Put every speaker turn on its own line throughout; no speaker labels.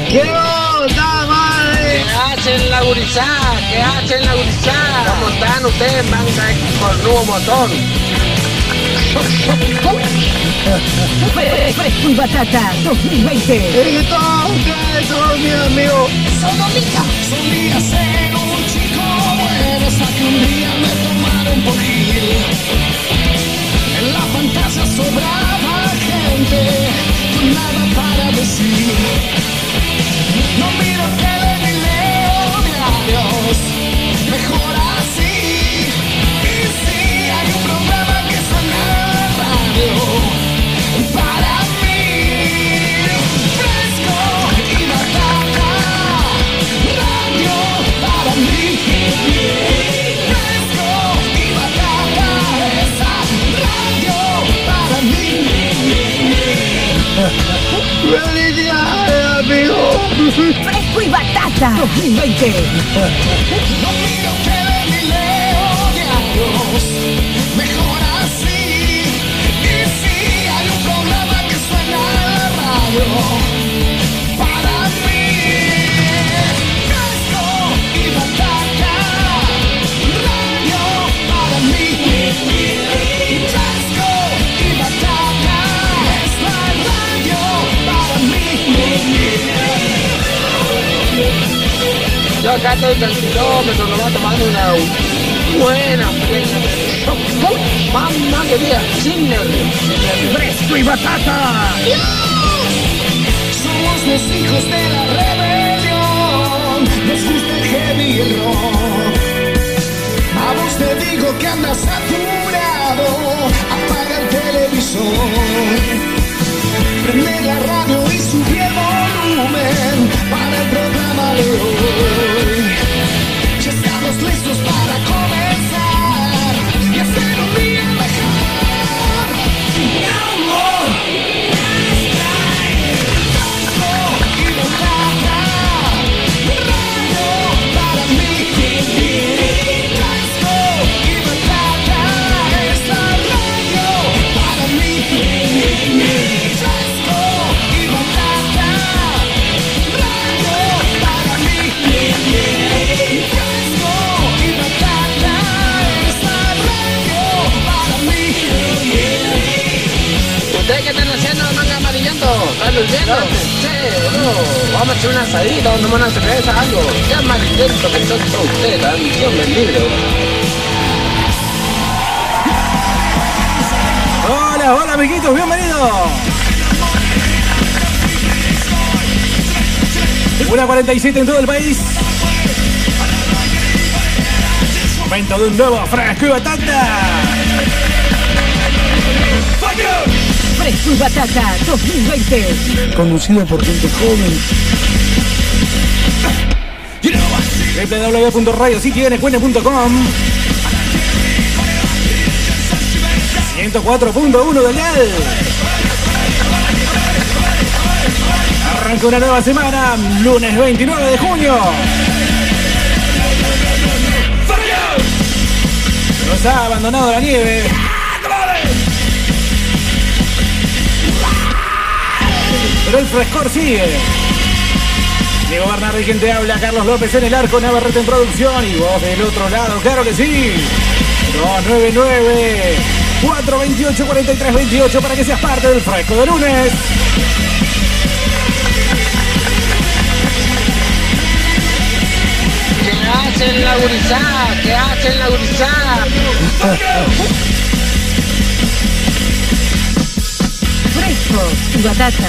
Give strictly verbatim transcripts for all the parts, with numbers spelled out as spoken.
¡Llegó! ¡Está madre!
¿Qué hacen la gurizada? ¿Qué hacen la gurizada? ¿Cómo están ustedes, manga con nuevo motor?
Fresco y Batata dos mil veinte.
¡Es que todos ustedes son mis amigos!
Sodomita.
Solía ser un chico bueno hasta que un día me tomaron por gil. En la fantasía sobraba gente con nada para decir. No miro tele ni leo diarios, mejor así. Y si hay un programa que suena en la radio, para mí, Fresco y Batata, radio para mí. Fresco y Batata, esa radio para mí.
¡Felicidades, amigo!
Fresco y Batata dos mil veinte.
No miro tele ni leo diarios, mejor así. Y si hay un programa que suena en la radio, para mí, Fresco y Batata, radio para mí. Fresco y Batata, es la radio para mí.
Yo acá estoy en el kilómetro, nomás tomando una buena mamá querida, sin nervios.
Fresco y Batata.
Somos los hijos de la rebelión, nos gusta el heavy y el rock. A vos te digo que andas saturado, apaga el televisor, prende la radio y sube el volumen para el programa de hoy. Ya estamos listos para comenzar y hacer un día mejor. Mi amor, Fresco y Batata, radio para mí. Fresco y Batata, es la radio para mí. Fresco y Batata, radio para mí. Fresco y Batata, es la radio para mí.
¿Ustedes qué están haciendo, manga amarillento? ¿Están durmiendo? Sí, boludo. Vamos a hacer una asadita, vamos a tomar una cerveza, algo. Qué amarillento que son todos ustedes, la misión del libro.
Hola, hola amiguitos, bienvenidos. una cuarenta y siete en todo el país. Momento de un nuevo Fresco y Batata.
Fresco y Batata dos mil veinte.
Conducido por gente joven. doble u doble u doble u punto radio city n q n punto com. ciento cuatro punto uno del dial. Arranca una nueva semana, lunes veintinueve de junio. Nos ha abandonado la nieve. Pero el frescor sigue. Diego Bernardi, quien te habla, Carlos López en el arco, Navarrete en producción y vos del otro lado, claro que sí. dos nueve nueve, cuatro dos ocho, cuatro tres dos ocho para que seas parte del Fresco de lunes.
¿Qué hacen la gurizada? ¿Qué hacen la gurizada?
Fresco y Batata.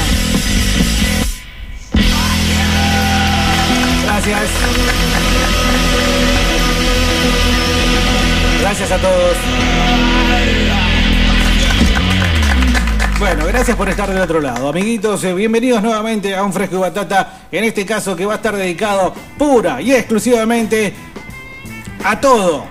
Gracias. Gracias a todos. Bueno, gracias por estar del otro lado. Amiguitos, eh, bienvenidos nuevamente a un Fresco y Batata. En este caso que va a estar dedicado pura y exclusivamente a todo.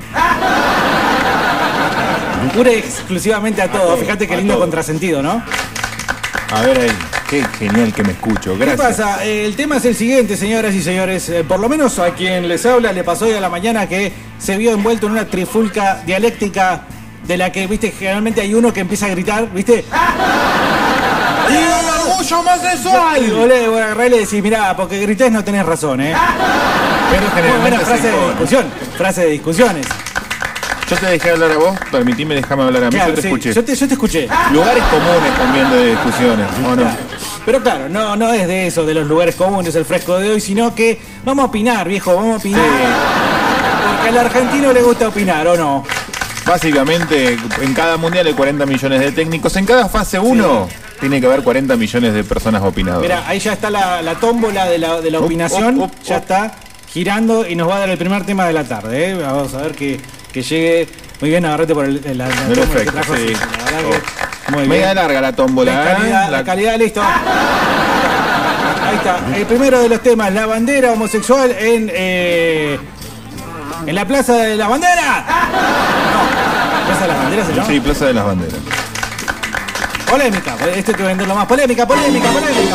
Pura y exclusivamente a todo. Fíjate qué lindo contrasentido, ¿no?
A ver ahí. Qué genial que me escucho, gracias.
¿Qué pasa? Eh, el tema es el siguiente, señoras y señores. Eh, por lo menos a quien les habla le pasó hoy a la mañana que se vio envuelto en una trifulca dialéctica de la que, viste, generalmente hay uno que empieza a gritar, ¿viste?
mucho más sexual.
Y vos le vos agarrás y le decís, mirá, porque grités no tenés razón, ¿eh?
Pero
Muy
generalmente
buena
se
frase de
impone.
discusión. Frase de discusiones.
Yo te dejé hablar a vos, permitime, déjame hablar a mí,
Claro,
yo te
sí,
escuché.
yo te, yo te escuché.
Lugares comunes también de discusiones, ¿o no?
Claro. Pero claro, no, no es de eso, de los lugares comunes, el fresco de hoy, sino que vamos a opinar, viejo, vamos a opinar. Porque al argentino le gusta opinar, ¿o no?
Básicamente, en cada mundial hay cuarenta millones de técnicos. En cada fase uno tiene que haber cuarenta millones de personas opinadoras.
Mira, ahí ya está la, la tómbola de la, de la
Up,
opinación,
up, up,
ya
up.
está girando y nos va a dar el primer tema de la tarde, ¿eh? Vamos a ver que, que llegue. Muy bien, agarrate por el, la, la tómbola que
Perfecto,
trajo,
sí.
sí, la verdad que muy
Media
bien.
larga la tómbola,
La calidad,
¿eh?
la calidad, listo. Ahí está. El primero de los temas, la bandera homosexual en eh, en la Plaza de las Banderas. No, Plaza de las Banderas se llama.
Sí, Plaza de las Banderas.
Polémica, esto hay que venderlo más. Polémica, polémica, polémica.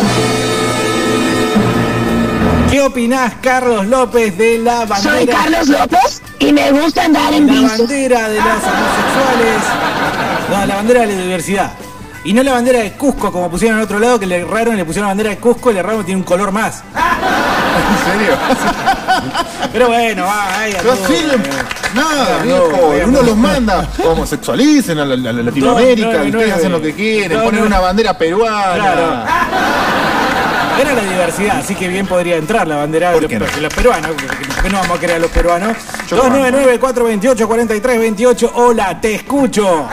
¿Qué opinás, Carlos López, de la bandera?
Soy Carlos López y me gusta andar en
La
bici.
bandera de los homosexuales. No, la bandera de la diversidad. Y no la bandera de Cusco, como pusieron al otro lado, que le erraron y le pusieron la bandera de Cusco y le erraron y tiene un color más.
¿En serio?
Pero bueno, va, ahí a
No
todo,
sirven
eh.
nada,
No,
viejo.
no,
Uno
no.
los manda, homosexualicen a, la, a la Latinoamérica,
No, no,
y
no,
ustedes
no,
hacen
no.
lo que quieren,
No,
ponen
no.
una bandera peruana.
Claro. Era la diversidad, así que bien podría entrar la bandera de
¿Por
los,
qué no?
de los peruanos. ¿Por qué no vamos a querer a los peruanos?
Yo
dos nueve nueve, cuatro dos ocho, cuatro tres dos ocho. Hola, te escucho.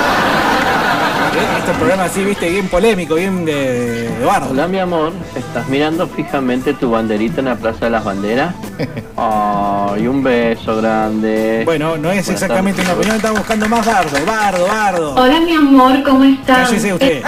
Este programa así, viste, bien polémico, bien de, de bardo.
Hola mi amor, ¿estás mirando fijamente tu banderita en la Plaza de las Banderas? Ay, un beso grande.
Bueno, no es
Buenas
exactamente una
tardes.
opinión, estamos buscando más bardo, bardo, bardo.
Hola mi amor, ¿cómo estás?
Cállese usted.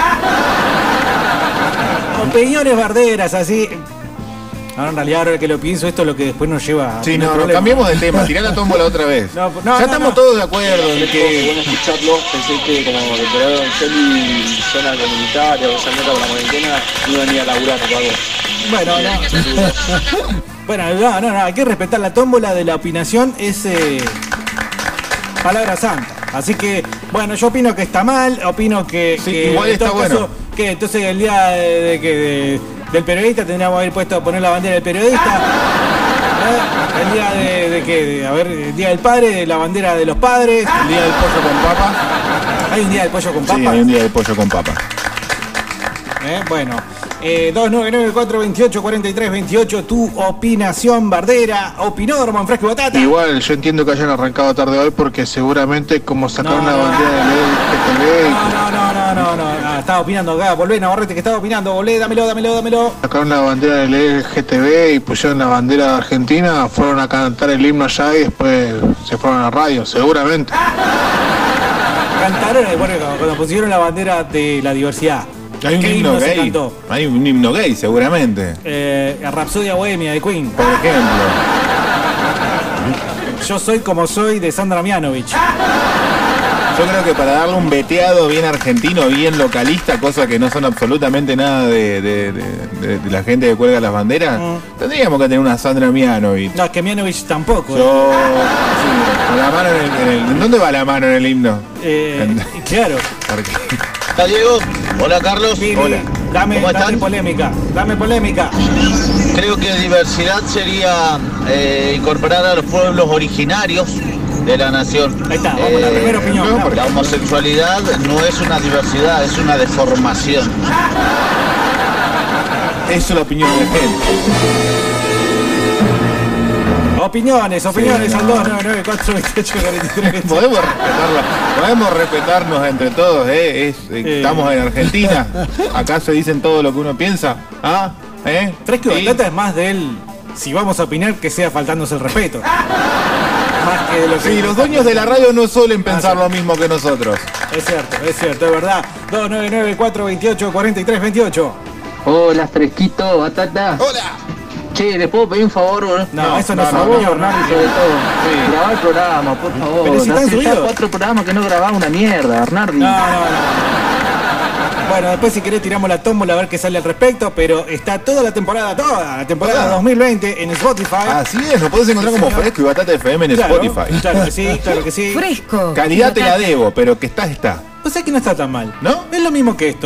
Opiniones barderas, así. Ahora, en realidad, ahora que lo pienso, esto es lo que después nos lleva a
Sí,
tener
no, no,
problemas.
cambiemos de tema, tirá la tómbola otra vez.
No, no,
ya
no,
estamos
no.
todos de acuerdo en
Qué
que
bueno escucharlo, pensé que como declarado en Celi, zona comunitaria o esa nota con la cuarentena, iban a ir a laburar o algo.
Bueno, no. Bueno, no, no, no, hay que respetar la tómbola de la opinación, es eh, palabra santa. Así que, bueno, yo opino que está mal, opino que,
Sí,
que
igual
en
está
todo
bueno.
caso, que entonces el día de, de que de- del periodista tendríamos que haber puesto a poner la bandera del periodista. ¿Eh? El día de, de que, de- a ver, el día del padre, la bandera de los padres.
el día del pollo con papa.
Hay un día del pollo con
Sí,
papa.
hay un día del pollo con papa.
Eh, bueno, eh, dos nueve nueve, cuatro dos ocho, cuatro tres dos ocho, tu opinación bardera, opinódromo en fresco y batata.
Igual, yo entiendo que hayan arrancado tarde hoy porque seguramente como sacaron
No,
la
no,
bandera
no.
del L G T B,
No, no, no, no, no, no, ah, estaba opinando acá, volvé Navarrete que estaba opinando, volvé, dámelo, dámelo, dámelo.
sacaron la bandera del L G T B y pusieron la bandera de Argentina, fueron a cantar el himno allá y después se fueron a la radio, seguramente.
Cantaron, eh, bueno, cuando pusieron la bandera de la diversidad.
Hay un
¿Qué
himno
se
gay.
cantó?
Hay un himno gay, seguramente.
Eh, Rapsodia Bohemia de Queen.
Por ejemplo.
Yo soy como soy de Sandra Mianovich.
Yo creo que para darle un veteado bien argentino, bien localista, cosa que no son absolutamente nada de, de- de- de- de la gente que cuelga las banderas,
Mm.
tendríamos que tener una Sandra Mianovich.
No, es que Mianovich tampoco.
Yo, sí, con la mano en el, en el- ¿dónde va la mano en el himno?
Eh, claro.
Porque
Hola Diego, hola Carlos.
Vini,
Hola.
Dame,
¿Cómo
dame
están?
polémica, dame polémica.
Creo que diversidad sería eh, incorporar a los pueblos originarios de la nación.
Ahí está, vamos a la
Eh,
primera opinión.
no,
Vamos.
La homosexualidad no es una diversidad, es una deformación.
eso es la opinión de la gente.
Opiniones, opiniones
Sí,
al
no.
dos nueve nueve, cuatro dos ocho, cuatro tres.
Podemos respetarla, podemos respetarnos entre todos, ¿eh? Es- eh,
Eh.
Estamos en Argentina. Acá se dicen todo lo que uno piensa. ¿Ah? ¿Eh?
Fresco y
Sí.
batata es más de él, si vamos a opinar, que sea faltándose el respeto. Más que de lo que...
Sí, los dueños de la radio no suelen pensar
Ah, sí.
lo mismo que nosotros.
Es cierto, es cierto, es verdad. dos nueve nueve, cuatro dos ocho, cuatro tres dos ocho.
Hola, fresquito, batata.
¡Hola!
Che, ¿les puedo pedir un favor?
No,
No,
eso no,
no,
es
Por
una
favor,
opinión,
Hernán,
no.
sobre todo. Grabá el programa, por favor.
Pero si están
Hace ya
subidos.
cuatro programas que no grababa una mierda, Hernardi.
No, no, no. Bueno, después si querés tiramos la tómbola a ver qué sale al respecto, pero está toda la temporada, toda la temporada
Toda.
dos mil veinte en Spotify.
Así es, nos podés encontrar como Fresco y Batata F M en
Claro,
Spotify.
Claro que sí, claro que sí.
Fresco.
Calidad te la debo, pero que está, está.
Pues es que no está tan mal.
¿No?
Es lo mismo que esto.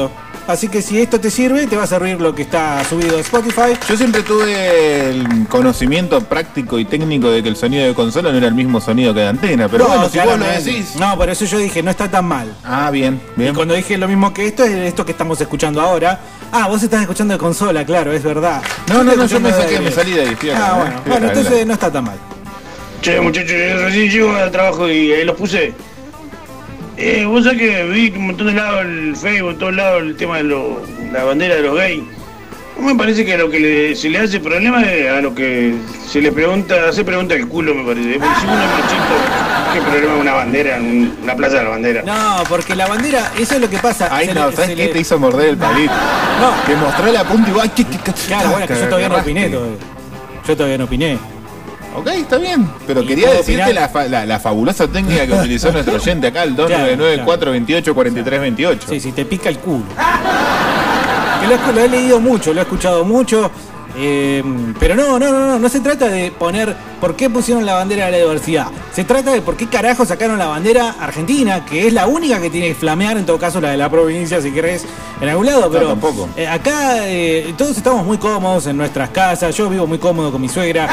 Así que si esto te sirve, te va a servir lo que está subido a Spotify.
Yo siempre tuve el conocimiento práctico y técnico de que el sonido de consola no era el mismo sonido que de antena, pero
No,
bueno, si vos lo
claramente.
decís.
No, por eso yo dije, no está tan mal.
Ah, bien,
Y
bien.
cuando dije lo mismo que esto, es esto que estamos escuchando ahora. Ah, vos estás escuchando de consola, claro, es verdad.
No, no,
estoy
no, yo me
escuchando
saqué,
de-
me salí de ahí. estoy acá,
Ah,
eh,
bueno,
estoy
bueno,
acá,
entonces
la-
no está tan mal.
Che, muchachos, recién llego al trabajo y ahí los puse. Eh, vos sabés que vi un montón de lados el Facebook, en todos lados el tema de lo, la bandera de los gays. No me parece que a lo que le- se le hace problema es a lo que se le pregunta, se pregunta el culo, me parece. Porque si uno es machito, ¿qué problema es una bandera en una plaza de la bandera?
No, porque la bandera, eso es lo que pasa.
Ay,
se
no,
le-
¿sabes
se
qué?
le-
Te hizo morder el palito.
No.
Te mostró la punta y vos... ay, qué- qué- qué-
Claro, bueno, que yo todavía no
agarraste.
opiné todavía. Yo todavía no opiné.
Ok, está bien. Pero
¿Y
quería
puedo
decirte
opinar?
la, fa- la, la fabulosa técnica que utilizó nuestro oyente acá, el dos nueve nueve, cuatro dos ocho, cuatro tres dos ocho.
Sí, sí, te pica el culo. Que lo, he- lo he leído mucho, lo he escuchado mucho. eh, pero no, no, no, no, no se trata de poner por qué pusieron la bandera de la diversidad. Se trata de por qué carajo sacaron la bandera argentina, que es la única que tiene que flamear, en todo caso la de la provincia, si querés, en algún lado. Pero
tampoco.
eh, acá eh, todos estamos muy cómodos en nuestras casas. Yo vivo muy cómodo con mi suegra.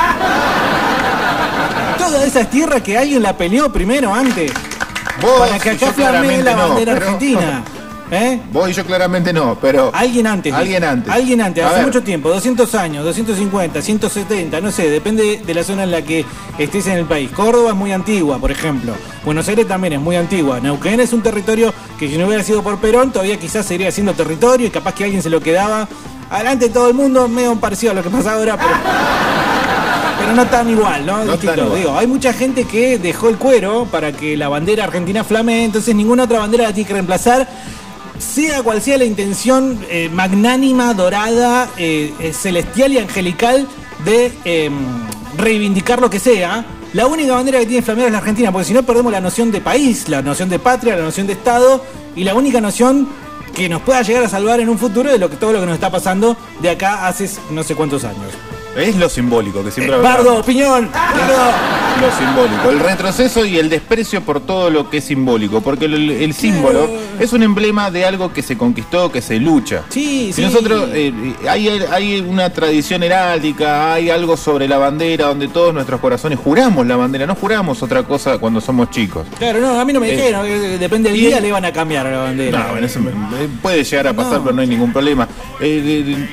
Todas esas tierras que alguien la peleó primero antes.
Vos,
para que acá
yo
flamee
claramente
la
no,
bandera
pero-
argentina. ¿Eh?
Vos y yo claramente no, pero...
Alguien antes.
Alguien antes.
Alguien antes,
A
hace
ver.
mucho tiempo, doscientos años, doscientos cincuenta, ciento setenta, no sé, depende de la zona en la que estés en el país. Córdoba es muy antigua, por ejemplo. Buenos Aires también es muy antigua. Neuquén es un territorio que si no hubiera sido por Perón, todavía quizás seguiría siendo territorio y capaz que alguien se lo quedaba adelante de todo el mundo, medio parecido a lo que pasa ahora, pero... Pero no tan igual, ¿no?
No
Distinto.
tan igual.
Digo, hay mucha gente que dejó el cuero para que la bandera argentina flamee, entonces ninguna otra bandera la tiene que reemplazar, sea cual sea la intención eh, magnánima, dorada, eh, eh, celestial y angelical de eh, reivindicar lo que sea. La única bandera que tiene que flamear es la Argentina, porque si no perdemos la noción de país, la noción de patria, la noción de Estado y la única noción que nos pueda llegar a salvar en un futuro de lo que todo lo que nos está pasando de acá hace no sé cuántos años.
Es lo simbólico que siempre
Eh,
hablamos.
Bardo, opinión, Bardo.
Lo simbólico, el retroceso y el desprecio por todo lo que es simbólico, porque el, el símbolo es un emblema de algo que se conquistó, que se lucha.
Sí,
Si
sí.
nosotros, eh, hay, hay una tradición heráldica, hay algo sobre la bandera donde todos nuestros corazones juramos la bandera, no juramos otra cosa cuando somos chicos.
Claro, no, a mí no me
Eh,
dijeron, eh, depende del
y-
día le van a cambiar a la bandera.
No, bueno, eso me- eh, puede llegar a pasar,
No.
pero no hay ningún problema. Eh, eh,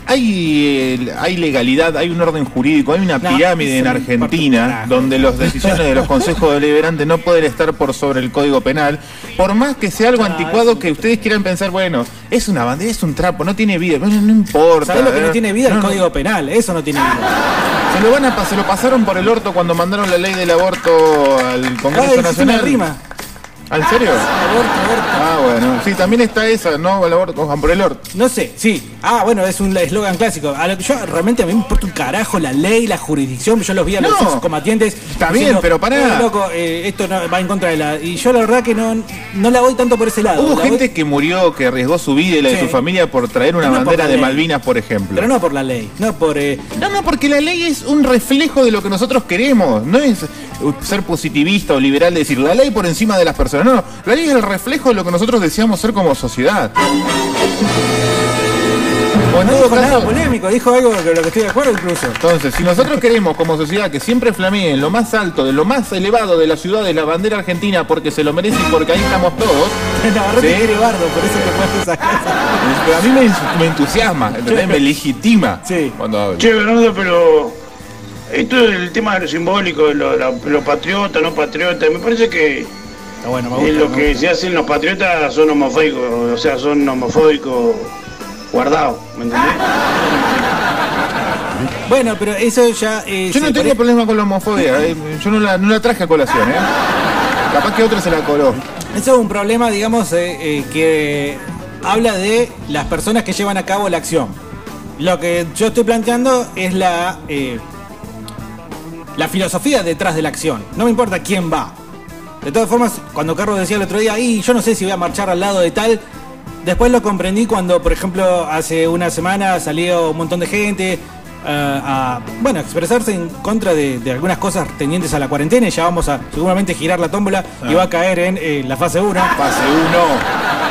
hay, eh, hay legalidad, hay un orden jurídico, hay una
No,
pirámide en
eso me
Argentina
importa un carajo.
donde las decisiones de los consejos deliberantes no pueden estar por sobre el Código Penal, por más que sea algo
Ah,
anticuado que ustedes quieran pensar, bueno, es una bandera, es un trapo, no tiene vida, bueno, no importa.
¿Sabés lo que no
eh,
tiene vida? El
no, no.
Código Penal, eso no tiene vida.
Se lo, van a, pa- se lo pasaron por el orto cuando mandaron la ley del aborto al Congreso
Ay, hiciste una
Nacional.
rima.
¿Ah, ¿En serio?
Aborto, aborto.
Ah, bueno, sí, también está esa, ¿no? El aborto, cojan por el orto.
No sé, sí. Ah, bueno, es un eslogan clásico. A lo que yo realmente a mí me importa un carajo la ley, la jurisdicción. Yo los vi a los
No.
combatientes.
Está bien, pero pará.
"Eh, loco, eh, esto no, va en contra de la. Y yo la verdad que no, no la voy tanto por ese lado.
Hubo
La
gente
voy-
que murió, que arriesgó su vida y la de
Sí.
su familia por traer una
No por
bandera
la
de
ley.
Malvinas, por ejemplo.
Pero no por la ley, no por. eh,
No, no, porque la ley es un reflejo de lo que nosotros queremos. No es uh, ser positivista o liberal de decir la ley por encima de las personas. No, no. La ley es el reflejo de lo que nosotros deseamos ser como sociedad. O en
no
todo
dijo nada
caso,
polémico, dijo algo de lo que estoy de acuerdo incluso.
entonces, si nosotros queremos como sociedad que siempre flamee en lo más alto, de lo más elevado de la ciudad, de la bandera argentina, porque se lo merece y porque ahí estamos todos,
Navarrete
Sí.
quiere bardo, por eso te puedes esas cosas.
pero a mí me, me entusiasma, ¿entendés? Me legitima
Sí.
cuando hablo.
Che, Bernardo, pero esto del tema de lo simbólico, de lo, la- lo patriota, no patriota, me parece que
Está bueno, me
eh,
gusta.
lo
me
que
gusta.
se hacen los patriotas son homofóbicos, o sea, son homofóbicos guardados, ¿me entendés?
Bueno, pero eso ya. eh,
Yo no
se
tengo
pare-
problema con la homofobia, eh, yo no la, no la traje a colación, ¿eh? Capaz que otro se la coló.
Eso es un problema, digamos, eh, eh, que habla de las personas que llevan a cabo la acción. Lo que yo estoy planteando es la eh, la filosofía detrás de la acción. No me importa quién va. De todas formas, cuando Carlos decía el otro día, y yo no sé si voy a marchar al lado de tal, después lo comprendí cuando, por ejemplo, hace una semana salió un montón de gente eh, a, bueno, a expresarse en contra de, de algunas cosas tendientes a la cuarentena, y ya vamos a seguramente girar la tómbola y va a caer en eh, la fase uno.
Fase uno.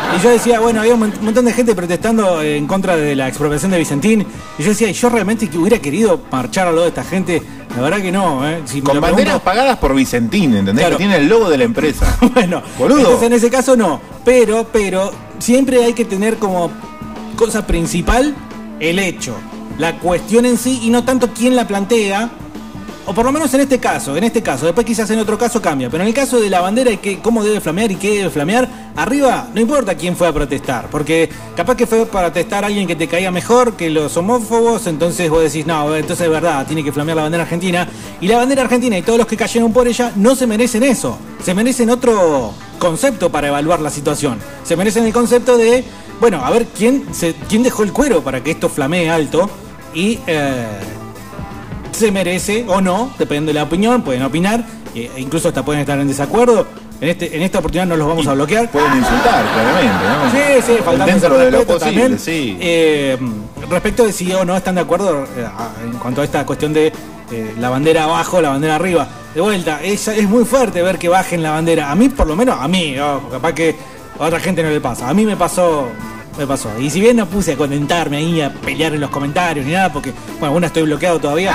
Y yo decía, bueno, había un montón de gente protestando en contra de la expropiación de Vicentín. Y yo decía, ¿y yo realmente que hubiera querido marchar al lado de esta gente? La verdad que no, ¿eh? Si
Con banderas pregunto... pagadas por Vicentín, ¿entendés? Claro. Que tiene el logo de la empresa.
Bueno,
boludo.
Entonces en ese caso no. Pero, pero, siempre hay que tener como cosa principal el hecho, la cuestión en sí y no tanto quién la plantea. O por lo menos en este caso, en este caso, después quizás en otro caso cambia, pero en el caso de la bandera y que, cómo debe flamear y qué debe flamear, arriba no importa quién fue a protestar, porque capaz que fue para protestar alguien que te caía mejor que los homófobos, entonces vos decís, no, entonces es verdad, tiene que flamear la bandera argentina, y la bandera argentina y todos los que cayeron por ella no se merecen eso, se merecen otro concepto para evaluar la situación, se merecen el concepto de, bueno, a ver quién, se, quién dejó el cuero para que esto flamee alto y... Eh, se merece o no, depende de la opinión, pueden opinar, e incluso hasta pueden estar en desacuerdo. En este, en esta oportunidad no los vamos y a bloquear.
Pueden insultar, claramente, ¿no?
Sí, sí, faltando
dentro de lo posible, también, sí.
Eh, respecto de si o no están de acuerdo eh, en cuanto a esta cuestión de eh, la bandera abajo, la bandera arriba. De vuelta, es, es muy fuerte ver que bajen la bandera. A mí, por lo menos, a mí, oh, capaz que a otra gente no le pasa. A mí me pasó... Me pasó. Y si bien no puse a contentarme ahí, a pelear en los comentarios ni nada, porque, bueno, una estoy bloqueado todavía.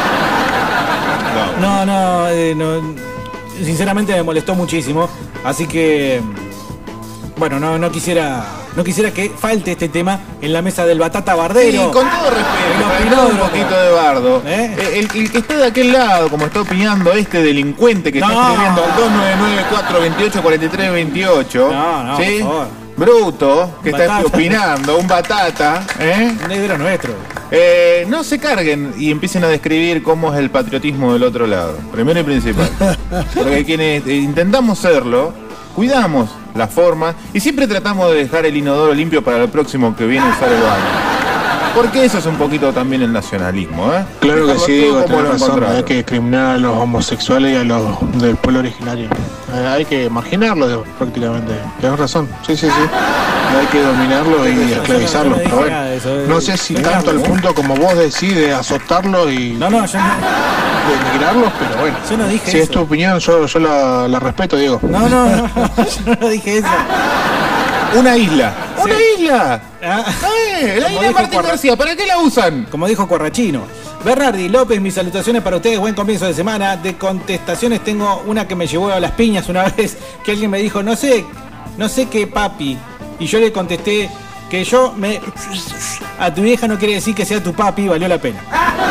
No, no, eh, no. Sinceramente me molestó muchísimo. Así que, bueno, no, no quisiera. No quisiera que falte este tema en la mesa del batata bardero.
Sí, con todo respeto, un poquito de bardo. ¿Eh? El, el que está de aquel lado, como está opinando este delincuente que no. está escribiendo al dos nueve nueve, cuatro dos ocho, cuatro tres dos ocho.
No, no,
¿sí?
por favor.
Bruto, que
batata.
Está opinando, un batata, ¿eh?
Un negro nuestro.
Eh, no se carguen y empiecen a describir cómo es el patriotismo del otro lado, primero y principal. Porque quienes intentamos serlo, cuidamos la forma y siempre tratamos de dejar el inodoro limpio para el próximo que viene a usar el baño. Porque eso es un poquito también el nacionalismo, ¿eh?
Claro que sí, digo, tenés razón, hay que discriminar a los homosexuales y a los del pueblo originario. Eh, hay que marginarlos prácticamente. Tenés razón, sí, sí, sí. Hay que dominarlos y esclavizarlos.
No,
pero bueno, eso, no sé si tanto al punto como vos decís de azotarlos y
no, no, yo no.
de denigrarlos, pero bueno.
Yo no dije
si
eso.
es tu opinión, yo, yo la, la respeto, Diego.
No, no, no, yo no dije eso.
Una isla.
Sí.
¡Una isla!
Ah.
Eh, la isla Martín Cuarra... García, ¿para qué la usan?
Como dijo Corrachino. Bernardi López, mis salutaciones para ustedes, buen comienzo de semana. De contestaciones tengo una que me llevó a las piñas una vez, que alguien me dijo, no sé, no sé qué papi. Y yo le contesté que yo me... A tu vieja no quiere decir que sea tu papi, valió la pena.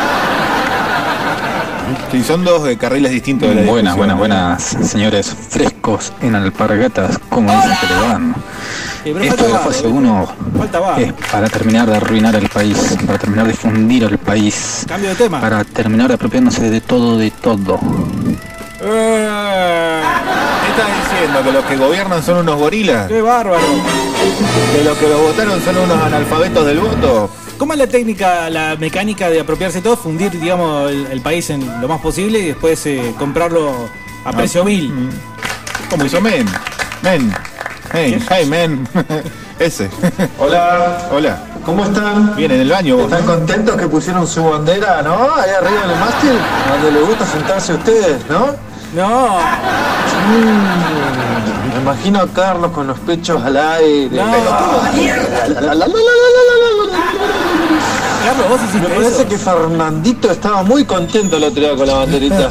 Sí, son dos eh, carriles distintos de la
Buenas, buenas, buenas, señores frescos en alpargatas, como dicen que le van.
Sí,
esto de la fase uno es para terminar de arruinar el país, para terminar de fundir al país.
Cambio de tema.
Para terminar de apropiándose de todo, de todo.
Eh, ¿Qué estás diciendo? ¿Que los que gobiernan son unos gorilas?
¡Qué bárbaro!
¿Que los que lo votaron son unos analfabetos del voto?
¿Cómo es la técnica, la mecánica de apropiarse de todo, fundir, digamos, el, el país en lo más posible y después eh, comprarlo a precio vil?
¿Cómo hizo Men? Men. Hey, hey, men. Ese.
Hola.
Hola.
¿Cómo están?
Bien, en el baño vos,
¿Están
¿no?
contentos que pusieron su bandera, no? Ahí arriba en el mástil, donde les gusta sentarse a ustedes, ¿no?
No.
Mm, me imagino a Carlos con los pechos al aire.
No. Carlos, vos hiciste
Me parece
eso.
que Fernandito estaba muy contento el otro día con la banderita.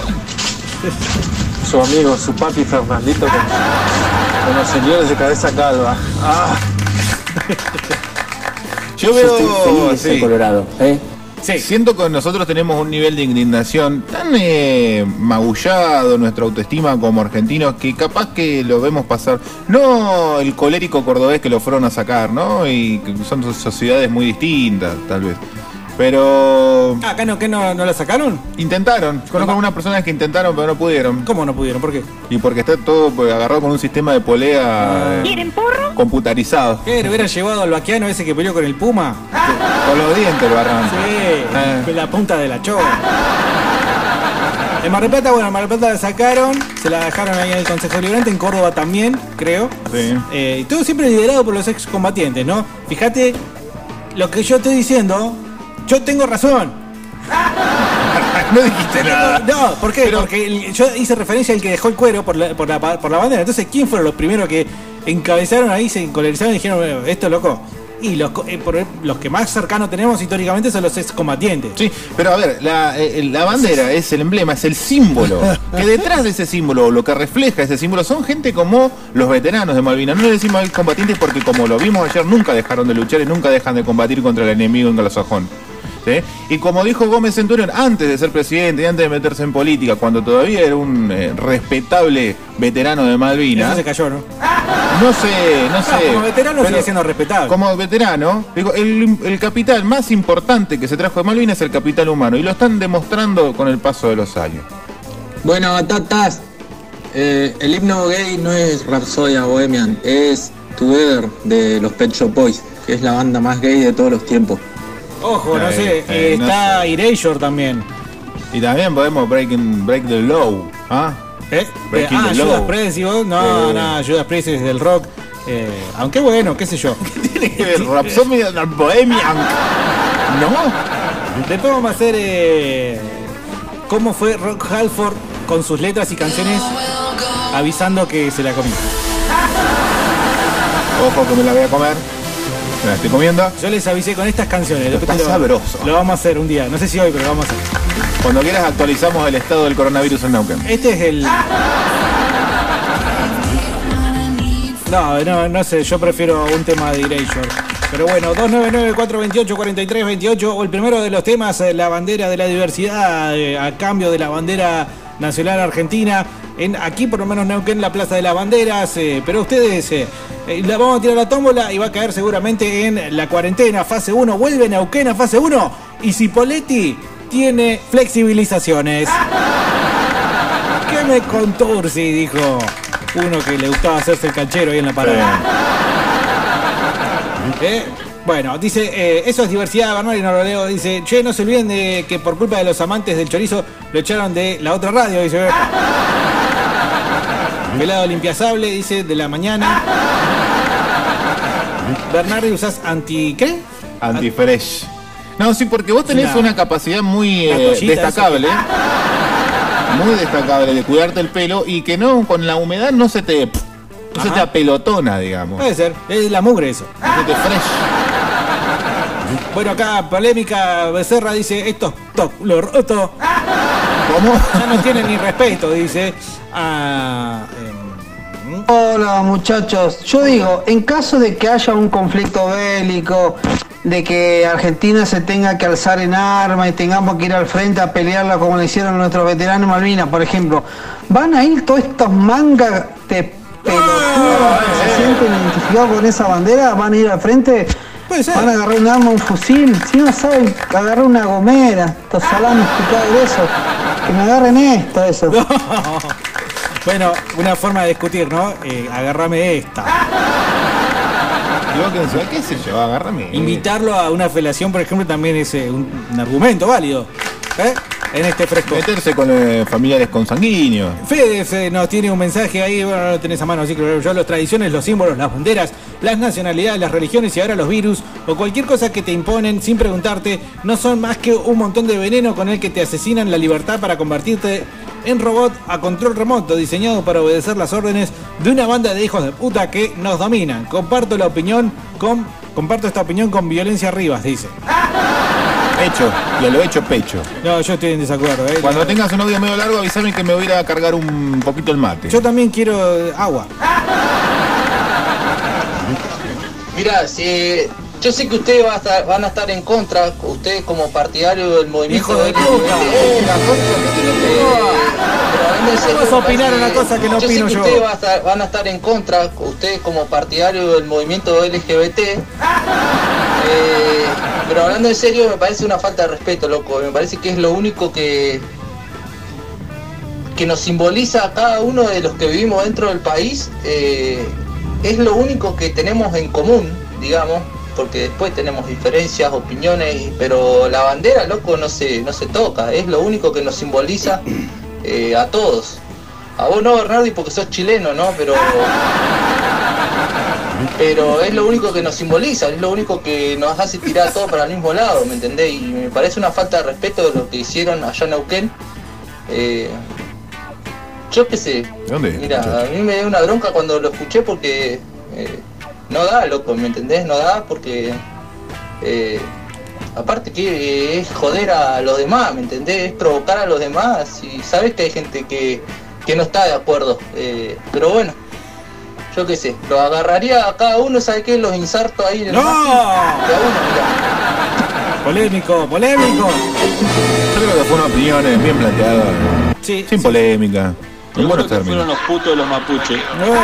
Su amigo, su papi Fernandito con, con los señores de cabeza calva. Ah.
Yo veo,
sí, Colorado, ¿eh?
Sí. Siento que nosotros tenemos un nivel de indignación tan eh, magullado, nuestra autoestima como argentinos, que capaz que lo vemos pasar, no el colérico cordobés que lo fueron a sacar, ¿no? Y que son sociedades muy distintas, tal vez. Pero...
Ah, ¿acá no, que no, no la sacaron?
Intentaron. Conozco algunas personas que intentaron, pero no pudieron.
¿Cómo no pudieron? ¿Por qué?
Y porque está todo pues, agarrado con un sistema de polea...
¿Quieren porro?
Computarizado.
¿Qué? ¿Le hubieran llevado al vaquiano ese que peleó con el Puma?
Con los dientes lo agarraron.
Sí,
eh.
con la punta de la choga. En Mar del Plata, bueno, en Mar del Plata la sacaron, se la dejaron ahí en el Consejo Deliberante, en Córdoba también, creo.
Sí.
Eh, y todo siempre liderado por los excombatientes, ¿no? Fíjate, lo que yo estoy diciendo, yo tengo razón.
No dijiste nada.
No, ¿por qué? Pero... Porque el, yo hice referencia al que dejó el cuero por la, por, la, por la bandera. Entonces, ¿quién fueron los primeros que encabezaron ahí, se encolerizaron y dijeron, bueno, esto loco. Y los, eh, por, los que más cercanos tenemos históricamente son los excombatientes.
Sí, pero a ver, la, eh, la bandera es el emblema, es el símbolo. Que detrás de ese símbolo, lo que refleja ese símbolo, son gente como los veteranos de Malvinas. No le decimos excombatientes porque, como lo vimos ayer, nunca dejaron de luchar y nunca dejan de combatir contra el enemigo anglosajón. ¿Sí? Y como dijo Gómez Centurión, antes de ser presidente y antes de meterse en política, cuando todavía era un eh, respetable veterano de Malvinas.
Eso se cayó, ¿no?
No sé, no sé.
No, como veterano sigue siendo respetable.
Como veterano, digo, el, el capital más importante que se trajo de Malvinas es el capital humano. Y lo están demostrando con el paso de los años.
Bueno, tatas, eh, el himno gay no es Rhapsodia Bohemian, es Together de los Pet Shop Boys, que es la banda más gay de todos los tiempos.
Ojo, no
Eh,
sé,
eh,
eh,
no
está Erasure también.
Y también podemos break, in- break the law. ¿Ah?
¿Eh?
Breaking
ah,
the
Judas
law.
Priest, y vos, no,
Eh.
no, Judas Priest es del rock. Eh, aunque bueno, qué sé yo.
Tiene que ver Rhapsody Bohemian.
No. Después vamos a hacer eh, cómo fue Rock Halford con sus letras y canciones avisando que se la comió.
Ojo que me la voy a comer. Me la estoy comiendo.
Yo les avisé con estas canciones. Después
Está
te lo-
sabroso.
Lo vamos a hacer un día. No sé si hoy, pero lo vamos a hacer.
Cuando quieras actualizamos el estado del coronavirus en Neuquén.
Este es el... No, no, no sé, yo prefiero un tema de Erasure. Pero bueno, dos nueve nueve, cuatro dos ocho, cuatro tres dos ocho, o el primero de los temas, eh, la bandera de la diversidad, eh, a cambio de la bandera nacional argentina. En, aquí por lo menos Neuquén, la Plaza de las Banderas, eh, pero ustedes eh, eh, la vamos a tirar la tómbola y va a caer seguramente en la cuarentena, fase uno. Vuelve Neuquén a fase uno y Cipoletti tiene flexibilizaciones. ¿Qué me contó Ursi? Dijo uno que le gustaba hacerse el canchero ahí en la parada. ¿Eh? Bueno, dice, eh, eso es diversidad, Bernal, no lo leo. Dice, che, no se olviden de que por culpa de los amantes del chorizo lo echaron de la otra radio, dice. Pelado limpiazable, dice, de la mañana. Bernardi, ¿usás anti qué?
Anti-fresh. No, sí, porque vos tenés
Una-
una capacidad muy
una
eh,
toallita,
destacable. Muy destacable de cuidarte el pelo y que no, con la humedad no se te. No se
Ajá.
te apelotona, digamos.
Puede ser, es la mugre eso.
No se te fresh.
Bueno, acá polémica Becerra dice, esto top, lo roto.
¿Cómo?
Ya no tiene ni respeto, dice. Ah, em,
Hola muchachos, yo digo, en caso de que haya un conflicto bélico, de que Argentina se tenga que alzar en arma y tengamos que ir al frente a pelearla como le hicieron nuestros veteranos Malvinas, por ejemplo, ¿van a ir todos estos mangas de pelotudos que se sienten identificados con esa bandera? ¿Van a ir al frente? ¿Van a agarrar un arma, un fusil? Si no saben agarrar una gomera, estos salames picados de eso, que me agarren esto, eso.
Bueno, una forma de discutir, ¿no? Eh, agárrame esta.
Digo, ¿qué, ¿qué sé yo? Agárrame.
Invitarlo a una felación, por ejemplo, también es eh, un, un argumento válido. ¿Eh? En este fresco.
Meterse con eh, familiares consanguíneos.
Fede Fede nos tiene un mensaje ahí, bueno, no lo tenés a mano, así que lo leo yo. Las tradiciones, los símbolos, las banderas, las nacionalidades, las religiones y ahora los virus o cualquier cosa que te imponen sin preguntarte no son más que un montón de veneno con el que te asesinan la libertad para convertirte en robot a control remoto diseñado para obedecer las órdenes de una banda de hijos de puta que nos dominan. Comparto la opinión con comparto esta opinión con Violencia Rivas, dice.
Hecho, y a lo hecho pecho.
No, yo estoy en desacuerdo, ¿eh?
Cuando tengas un audio medio largo, avísame que me voy a ir a cargar un poquito el mate.
Yo también quiero eh, agua.
Mira, si yo sé que ustedes va a estar- van a estar en contra, ustedes como partidario del movimiento
¡Hijo de
L G B T,
puta!
eh, la contra que tiene que- pero hablando en serio,
Vamos a
me
opinar
parece
una cosa que no
yo
opino
sé que
yo.
ustedes va a estar- van a estar en contra, ustedes como partidario del movimiento L G B T, eh, pero hablando en serio me parece una falta de respeto, loco. Me parece que es lo único que que nos simboliza a cada uno de los que vivimos dentro del país. eh, es lo único que tenemos en común, digamos, porque después tenemos diferencias, opiniones, pero la bandera, loco, no se, no se toca. Es lo único que nos simboliza eh, a todos. A vos no, Bernardi, porque sos chileno, ¿no? Pero pero es lo único que nos simboliza, es lo único que nos hace tirar todo para el mismo lado, ¿me entendés? Y me parece una falta de respeto de lo que hicieron allá en Neuquén. Eh, yo qué sé,
¿Dónde?
mira, a mí me dio una bronca cuando lo escuché porque Eh, no da, loco, ¿me entendés? No da porque... Eh, aparte que es joder a los demás, ¿me entendés? Es provocar a los demás y sabes que hay gente que, que no está de acuerdo. Eh, pero bueno, yo qué sé, lo agarraría a cada uno, ¿sabes qué? Los inserto ahí en el
¡No!
máquina, de a uno, mirá.
Polémico, polémico.
Yo creo que fue una opinión eh, bien planteada.
Sí,
sin
sí.
polémica. En buenos términos.
Fueron los putos de los mapuches.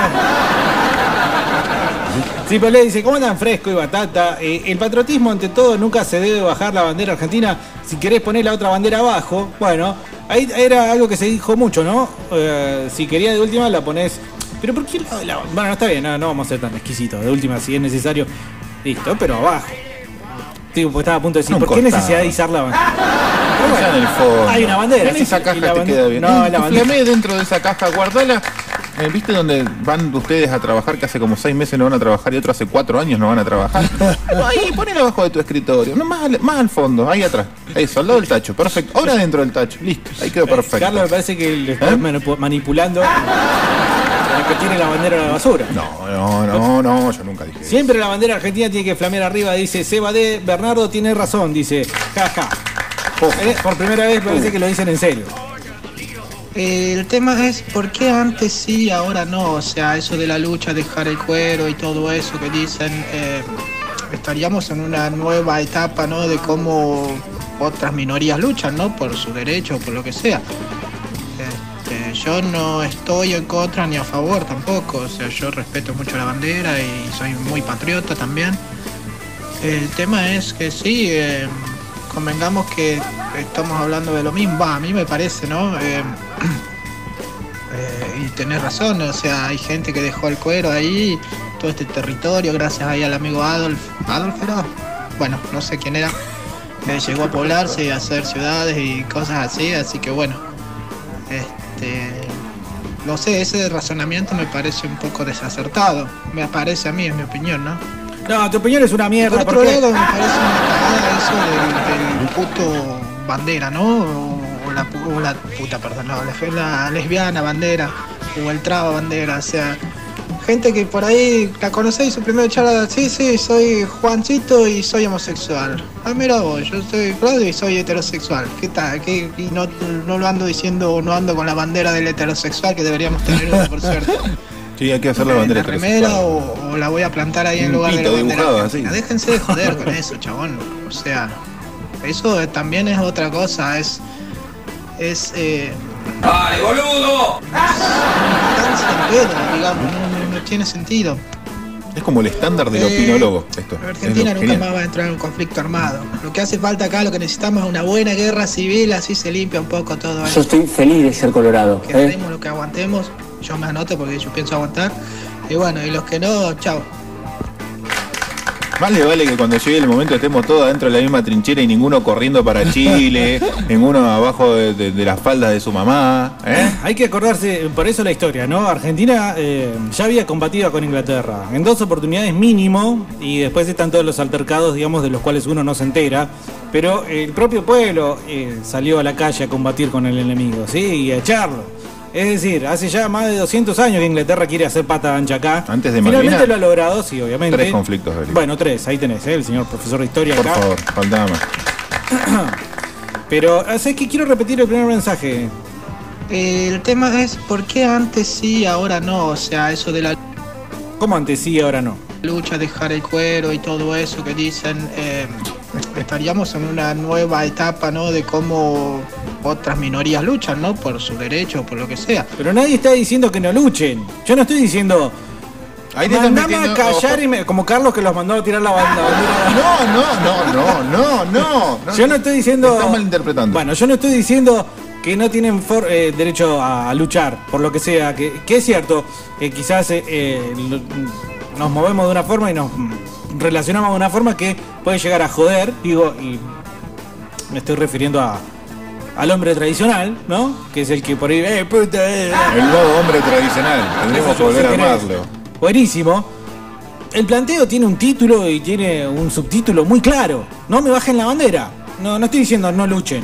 Sí, Pelé dice, ¿cómo andan Fresco y Batata? Eh, el patriotismo ante todo, nunca se debe bajar la bandera argentina. Si querés poner la otra bandera abajo, bueno, ahí era algo que se dijo mucho, ¿no? Eh, si querías de última la ponés. Pero ¿por qué la, la, bueno, no está bien, no, no vamos a ser tan exquisitos. De última, si es necesario, listo, pero abajo. Digo, porque estaba a punto de decir,
Un
¿por qué
costado.
necesidad de izar la bandera? Pero
Bueno,
bueno,
en el fondo.
hay una bandera.
En
sí,
esa
y
caja
la
te
bande-
queda bien.
No, la bandera.
Flamé dentro de esa caja, guardala. Eh, ¿Viste donde van ustedes a trabajar que hace como seis meses no van a trabajar y otros hace cuatro años no van a trabajar? No, ahí, ponelo abajo de tu escritorio. No, más, al, más al fondo, ahí atrás. Eso, al lado del tacho. Perfecto. Ahora dentro del tacho. Listo. Ahí quedó perfecto.
Carlos me parece que le está
¿Eh?
manipu- manipulando para que tiene la bandera a la basura.
No, no, no, no, yo nunca dije eso.
Siempre la bandera argentina tiene que flamear arriba, dice Seba D. Bernardo tiene razón, dice, jaja. Eh, por primera vez parece que lo dicen en serio.
Eh, el tema es por qué antes sí y ahora no, o sea, eso de la lucha, dejar el cuero y todo eso que dicen, eh, estaríamos en una nueva etapa, ¿no? De cómo otras minorías luchan, ¿no? Por su derecho, por lo que sea. Este, yo no estoy en contra ni a favor tampoco, o sea, yo respeto mucho la bandera y soy muy patriota también. El tema es que sí, eh, convengamos que estamos hablando de lo mismo, va, a mí me parece, ¿no? Eh, eh, y tenés razón, o sea, hay gente que dejó el cuero ahí, todo este territorio, gracias ahí al amigo Adolf. ¿Adolf era? Bueno, no sé quién era. Eh, llegó a poblarse y a hacer ciudades y cosas así, así que bueno. Este, no sé, ese razonamiento me parece un poco desacertado. Me parece a mí, es mi opinión, ¿no?
No, tu opinión es una mierda.
Por otro lado, me parece una cagada eso del, del puto bandera, ¿no? O, o la, pu- o la puta, perdón, no, la, la lesbiana bandera, o el traba bandera, o sea, gente que por ahí la conocéis, su primera charla, sí, sí, soy Juancito y soy homosexual. Ah, mira vos, yo soy Claudio y soy heterosexual. ¿Qué tal? ¿Qué? Y no, no lo ando diciendo, no ando con la bandera del heterosexual, que deberíamos tener una, por cierto.
Sí, hay que hacer la bandera.
¿La remera o, o la voy a plantar ahí en
Un
lugar de la
pito
bandera
dibujado,
argentina?
así.
Déjense de joder con eso, chabón. O sea, eso eh, también es otra cosa. Es. Es. Eh,
¡Vale, boludo!
Militancia en pedo, digamos. No, no, no tiene sentido.
Es como el estándar del
Eh,
opinólogo. Esto.
Argentina
Es lo
nunca
genial.
más va a entrar en un conflicto armado. Lo que hace falta acá, lo que necesitamos es una buena guerra civil, así se limpia un poco todo.
Yo estoy feliz de ser colorado.
Que
¿eh?
haremos lo que aguantemos. Yo me anoto porque yo pienso aguantar. Y bueno, y los que no, chao.
Más le vale que cuando llegue el momento estemos todos adentro de la misma trinchera y ninguno corriendo para Chile, ninguno abajo de, de, de las faldas de su mamá. ¿eh?
Hay que acordarse, por eso la historia, ¿no? Argentina eh, ya había combatido con Inglaterra en dos oportunidades mínimo y después están todos los altercados, digamos, de los cuales uno no se entera. Pero el propio pueblo eh, salió a la calle a combatir con el enemigo, ¿sí? Y a echarlo. Es decir, hace ya más de doscientos años que Inglaterra quiere hacer pata ancha acá.
Antes de
Finalmente
Malvinas,
lo ha logrado, sí, obviamente.
tres conflictos bélicos.
Bueno, tres, ahí tenés, ¿eh? El señor profesor de historia
Por
acá.
favor, faltaba más.
Pero, ¿sabes qué? Quiero repetir el primer mensaje.
Eh, el tema es por qué antes sí y ahora no. O sea, eso de la
¿Cómo antes sí y ahora no?
lucha, dejar el cuero y todo eso que dicen, eh, estaríamos en una nueva etapa, ¿no? De cómo otras minorías luchan, ¿no? Por su derecho, por lo que sea.
Pero nadie está diciendo que no luchen. Yo no estoy diciendo...
Ahí te estás
mandame a
metiendo-
callar
ojo.
y me... Como Carlos que los mandó a tirar la banda.
No, no, no, no, no, no, no.
Yo no estoy diciendo...
Estás malinterpretando.
Bueno, yo no estoy diciendo que no tienen for- eh, derecho a, a luchar, por lo que sea. Que, que es cierto, que quizás eh, eh, lo- nos movemos de una forma y nos mm, relacionamos de una forma que puede llegar a joder, digo, y me estoy refiriendo a al hombre tradicional, ¿no? Que es el que por ahí... Eh, puta, eh,
El nuevo hombre tradicional. Tendremos que volver a armarlo.
Buenísimo. El planteo tiene un título y tiene un subtítulo muy claro. No me bajen la bandera. No, no estoy diciendo no luchen.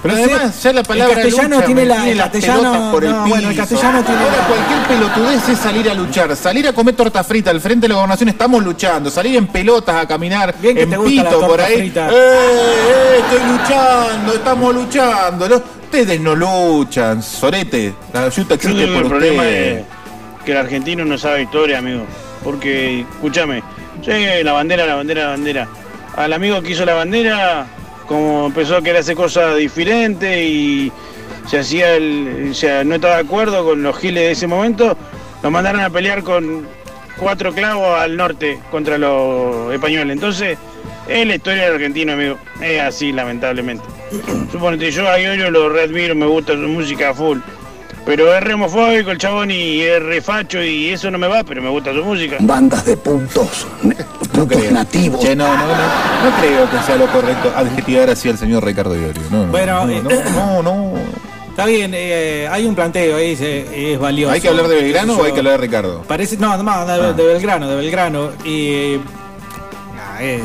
Pero además, ya la palabra
el castellano
lucha,
tiene la,
tiene
el
las
castellano,
pelotas por el
no,
piso.
bueno, el castellano tiene
Ahora
la-
cualquier pelotudez es salir a luchar, salir a comer torta frita al frente de la gobernación, estamos luchando, salir en pelotas a caminar,
Bien que
en
te gusta la
pito por
torta
ahí.
frita.
¡Eh, eh, estoy luchando, estamos luchando! ¿No? Ustedes no luchan, sorete. La yuta
Yo
existe
creo que
por
el problema
ustedes.
es que el argentino no sabe historia, amigo. Porque, escúchame, sí, la bandera, la bandera, la bandera. Al amigo que hizo la bandera, como empezó a querer hacer cosas diferentes y se hacía el, o sea, no estaba de acuerdo con los giles de ese momento, lo mandaron a pelear con cuatro clavos al norte contra los españoles. Entonces, es la historia del argentino, amigo. Es así, lamentablemente. Suponete, yo a Iorio lo readmiro, me gusta su música full. Pero es re homofóbico el chabón y es re facho y eso no me va, pero me gusta su música.
Bandas de puntos,
No creo.
nativos.
Che, no, no, no, no creo que sea lo correcto adjetivar así al señor Ricardo Iorio. No, no,
Bueno,
no,
eh,
no, no, no.
Está bien, eh, hay un planteo ahí, se- es valioso.
¿Hay que hablar de Belgrano
Yo-
o hay que hablar de Ricardo?
Parece, no, no, de,
Ah.
de Belgrano, de Belgrano. Y, nah, eh,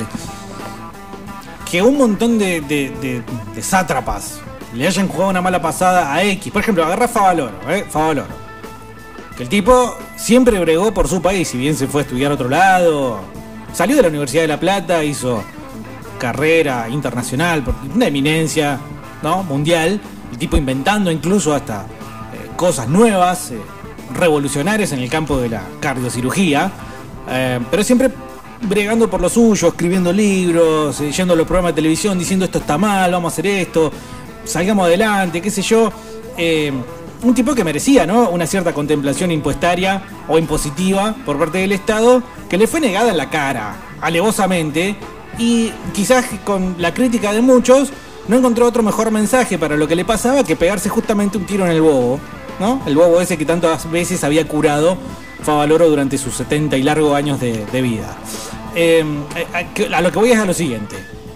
que un montón de, de, de- de sátrapas le hayan jugado una mala pasada a X. Por ejemplo, agarra Favaloro, ¿eh? Favaloro. Que el tipo siempre bregó por su país, si bien se fue a estudiar a otro lado. Salió de la Universidad de La Plata, hizo carrera internacional, porque una eminencia, ¿no? Mundial. El tipo inventando incluso hasta eh, cosas nuevas, eh, revolucionarias en el campo de la cardiocirugía. Eh, pero siempre bregando por lo suyo, escribiendo libros, eh, yendo a los programas de televisión diciendo esto está mal, vamos a hacer esto, salgamos adelante, qué sé yo. Eh, un tipo que merecía, ¿no?, una cierta contemplación impuestaria o impositiva por parte del Estado, que le fue negada en la cara, alevosamente, y quizás con la crítica de muchos no encontró otro mejor mensaje para lo que le pasaba que pegarse justamente un tiro en el bobo, ¿no? El bobo ese que tantas veces había curado Favaloro durante sus setenta y largos años de, de vida. Eh, a, a lo que voy es a lo siguiente.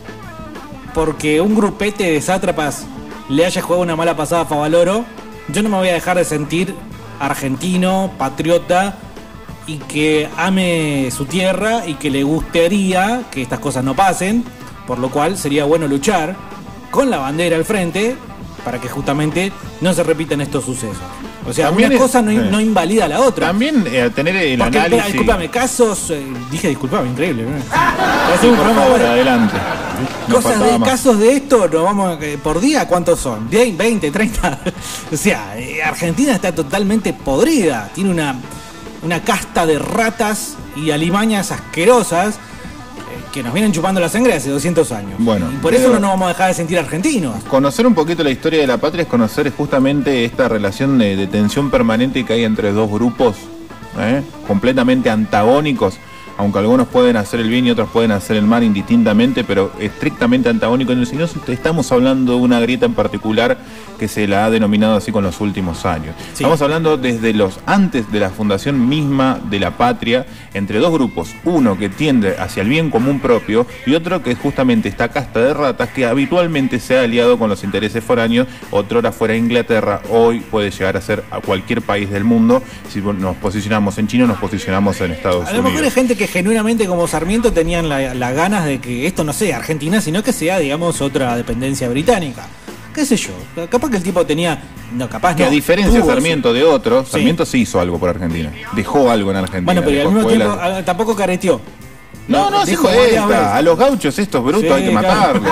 Porque un grupete de sátrapas le haya jugado una mala pasada a Favaloro, yo no me voy a dejar de sentir argentino, patriota y que ame su tierra y que le gustaría que estas cosas no pasen, por lo cual sería bueno luchar con la bandera al frente para que justamente no se repitan estos sucesos. O sea,
También
una
es-
cosa no,
eh.
no invalida a la otra.
También eh, tener el
Porque,
análisis.
discúlpame, casos... eh, dije disculpame, increíble. ¿no?
Sí, por favor, adelante. No
Cosas
faltaba
de,
más.
casos de esto, nos vamos eh, por día, ¿cuántos son? diez, veinte, treinta. O sea, eh, Argentina está totalmente podrida. Tiene una, una casta de ratas y alimañas asquerosas eh, que nos vienen chupando la sangre hace doscientos años.
Bueno,
Y por eso
pero-
no nos vamos a dejar de sentir argentinos.
Conocer un poquito la historia de la patria es conocer justamente esta relación de, de tensión permanente que hay entre dos grupos ¿eh? completamente antagónicos, aunque algunos pueden hacer el bien y otros pueden hacer el mal indistintamente, pero estrictamente antagónicos. Si no, estamos hablando de una grieta en particular que se la ha denominado así con los últimos años.
Sí.
Estamos hablando desde los antes de la fundación misma de la patria, entre dos grupos, uno que tiende hacia el bien común propio y otro que es justamente esta casta de ratas que habitualmente se ha aliado con los intereses foráneos. Otrora fuera Inglaterra, hoy puede llegar a ser a cualquier país del mundo. Si nos posicionamos en China, nos posicionamos en Estados
A lo mejor hay
Unidos.
gente que genuinamente como Sarmiento tenían las la ganas de que esto no sea Argentina, sino que sea, digamos, otra dependencia británica. ¿Qué sé yo? Capaz que el tipo tenía... No, capaz
Que
no.
a diferencia de
tuvo-
Sarmiento de otros,
Sí.
Sarmiento sí hizo algo por Argentina. Dejó algo en Argentina.
Bueno, pero al
dejó
mismo
escuelas.
tiempo ah, tampoco careteó.
No, no,
Dijo
se
varias veces.
esta. A los gauchos estos brutos
Sí,
hay que
claro.
matarlos.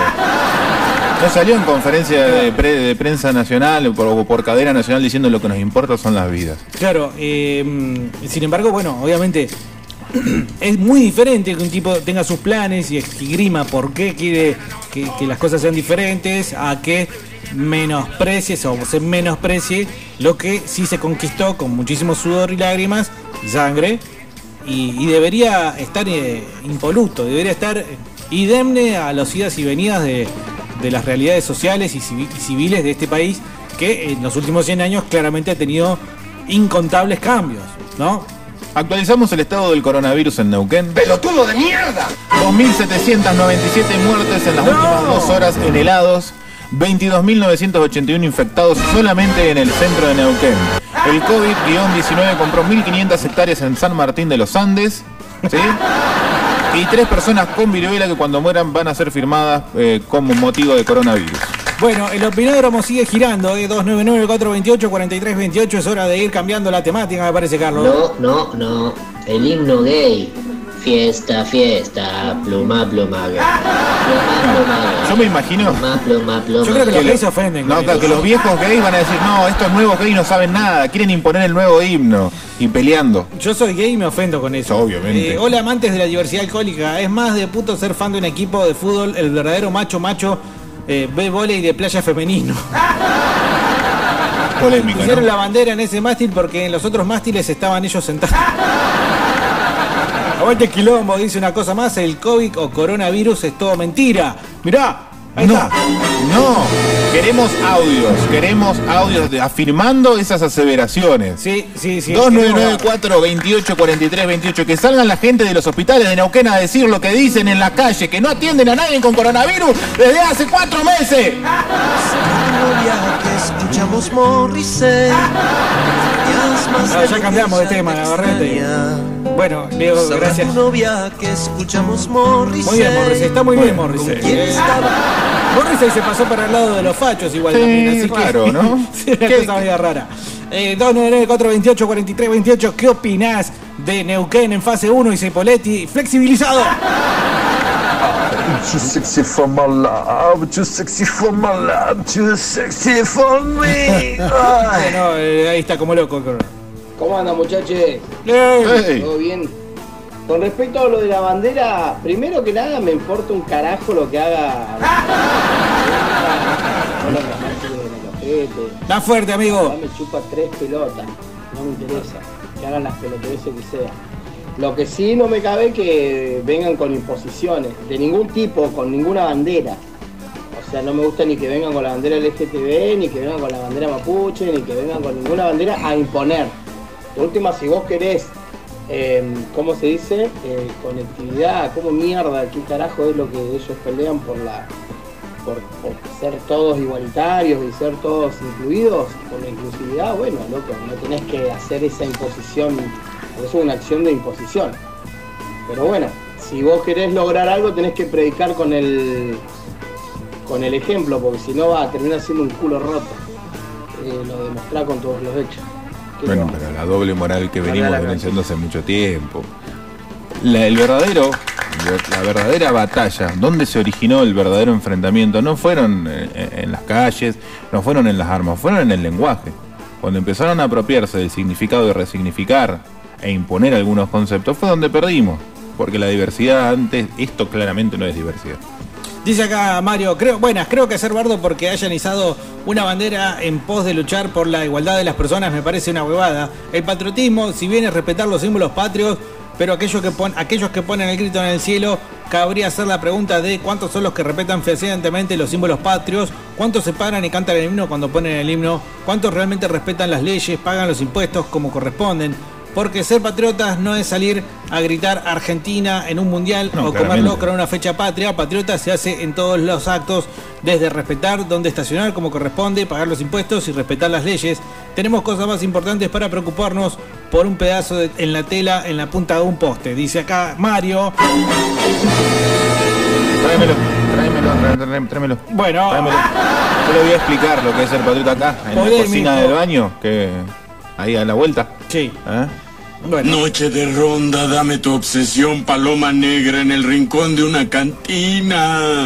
No salió en conferencia de, pre- de prensa nacional o por, o por cadena nacional diciendo lo que nos importa son las vidas.
Claro, eh, sin embargo, bueno, obviamente es muy diferente que un tipo tenga sus planes y esgrima por qué quiere que, que las cosas sean diferentes a que menosprecies o se menosprecie lo que sí se conquistó con muchísimo sudor y lágrimas y sangre y, y debería estar eh, impoluto, debería estar indemne a las idas y venidas de, de las realidades sociales y, civi- y civiles de este país que en los últimos cien años claramente ha tenido incontables cambios, ¿no?
Actualizamos el estado del coronavirus en Neuquén.
¡Pelotudo de mierda!
dos mil setecientos noventa y siete muertes en las últimas dos horas en helados. veintidós mil novecientos ochenta y uno infectados solamente en el centro de Neuquén. El COVID diecinueve compró mil quinientas hectáreas en San Martín de los Andes. ¿Sí? Y tres personas con viruela que cuando mueran van a ser firmadas eh, como motivo de coronavirus.
Bueno, el opinódromo sigue girando, ¿eh? dos nueve nueve, cuatro dos ocho, cuatro tres dos ocho. Es hora de ir cambiando la temática, me parece, Carlos.
No, no, no. El himno gay. Fiesta, fiesta, pluma, pluma, gay. Pluma, pluma, gay.
Yo me imagino.
Pluma, pluma, pluma.
Yo creo que los gays se ofenden.
No, claro, que los viejos gays van a decir, no, estos nuevos gays no saben nada, quieren imponer el nuevo himno. Y peleando.
Yo soy gay y me ofendo con eso.
Obviamente.
Eh, hola, amantes de la diversidad alcohólica. Es más de puto ser fan de un equipo de fútbol, el verdadero macho macho. Eh, ve vóley de playa femenino.
Polémica,
pusieron
¿no?
la bandera en ese mástil porque en los otros mástiles estaban ellos sentados. Aguante quilombo, dice una cosa más. El COVID o coronavirus es todo mentira. Mirá, ahí
no,
está.
No, queremos audios, queremos audios de, afirmando esas aseveraciones.
Sí, sí, sí.
dos nueve nueve, cuatro dos ocho, cuatro tres dos ocho. Que salgan la gente de los hospitales de Neuquén a decir lo que dicen en la calle, que no atienden a nadie con coronavirus desde hace cuatro meses.
Escuchamos Morrissey.
No, ya cambiamos de tema, la verdad. Bueno, Leo, gracias.
Novia que escuchamos Morrissey.
Muy bien, Morrissey, está muy bien, Morrissey. Eh, Morrissey se pasó para el lado de los fachos igual
sí,
también, así
claro,
que,
¿no?
Sí, una
¿Qué,
cosa media rara. Eh, dos nueve nueve, cuatro dos ocho, cuatro tres dos ocho, ¿qué opinás de Neuquén en fase uno y Cipolletti flexibilizado?
Too sexy for my love, too sexy for my love, too sexy for me.
Bueno, eh, ahí está como loco.
¿Cómo andan, muchachos?
Hey.
¿Todo bien? Con respecto a lo de la bandera, primero que nada me importa un carajo lo que haga.
Está fuerte, amigo.
Me chupa tres pelotas, no me interesa. Que hagan las pelotudeces que sea. Lo que sí no me cabe que vengan con imposiciones, de ningún tipo, con ninguna bandera. O sea, no me gusta ni que vengan con la bandera L G T B, ni que vengan con la bandera mapuche, ni que vengan con ninguna bandera a imponer. De última, si vos querés, eh, ¿cómo se dice? Eh, conectividad, ¿cómo mierda? ¿Qué carajo es lo que ellos pelean por la por, por ser todos igualitarios y ser todos incluidos? Por la inclusividad, bueno, loco, no tenés que hacer esa imposición. Eso es una acción de imposición. Pero bueno, si vos querés lograr algo tenés que predicar con el con el ejemplo, porque si no va a terminar siendo un culo roto. Eh, lo demostrá con todos los hechos.
Bueno, pero la doble moral que venimos denunciando hace mucho tiempo. La, el verdadero, la verdadera batalla, donde se originó el verdadero enfrentamiento, no fueron en, en las calles, no fueron en las armas, fueron en el lenguaje. Cuando empezaron a apropiarse del significado y resignificar e imponer algunos conceptos, fue donde perdimos. Porque la diversidad antes, esto claramente no es diversidad.
Dice acá Mario, creo, buenas, creo que hacer bardo porque hayan izado una bandera en pos de luchar por la igualdad de las personas me parece una huevada. El patriotismo, si bien es respetar los símbolos patrios, pero aquellos que, pon, aquellos que ponen el grito en el cielo, cabría hacer la pregunta de cuántos son los que respetan fehacientemente los símbolos patrios, cuántos se paran y cantan el himno cuando ponen el himno, cuántos realmente respetan las leyes, pagan los impuestos como corresponden. Porque ser patriotas no es salir a gritar Argentina en un mundial no, o comer locro en una fecha patria. Patriota se hace en todos los actos, desde respetar dónde estacionar como corresponde, pagar los impuestos y respetar las leyes. Tenemos cosas más importantes para preocuparnos por un pedazo de, en la tela, en la punta de un poste. Dice acá Mario.
Tráemelo, tráemelo, tráemelo, tráemelo.
Bueno.
Tráemelo. Yo le voy a explicar lo que es ser patriota acá, en Polémico. La cocina del baño, que ahí a la vuelta.
Sí.
¿Eh?
Bueno. Noche de ronda, dame tu obsesión, paloma negra en el rincón de una cantina.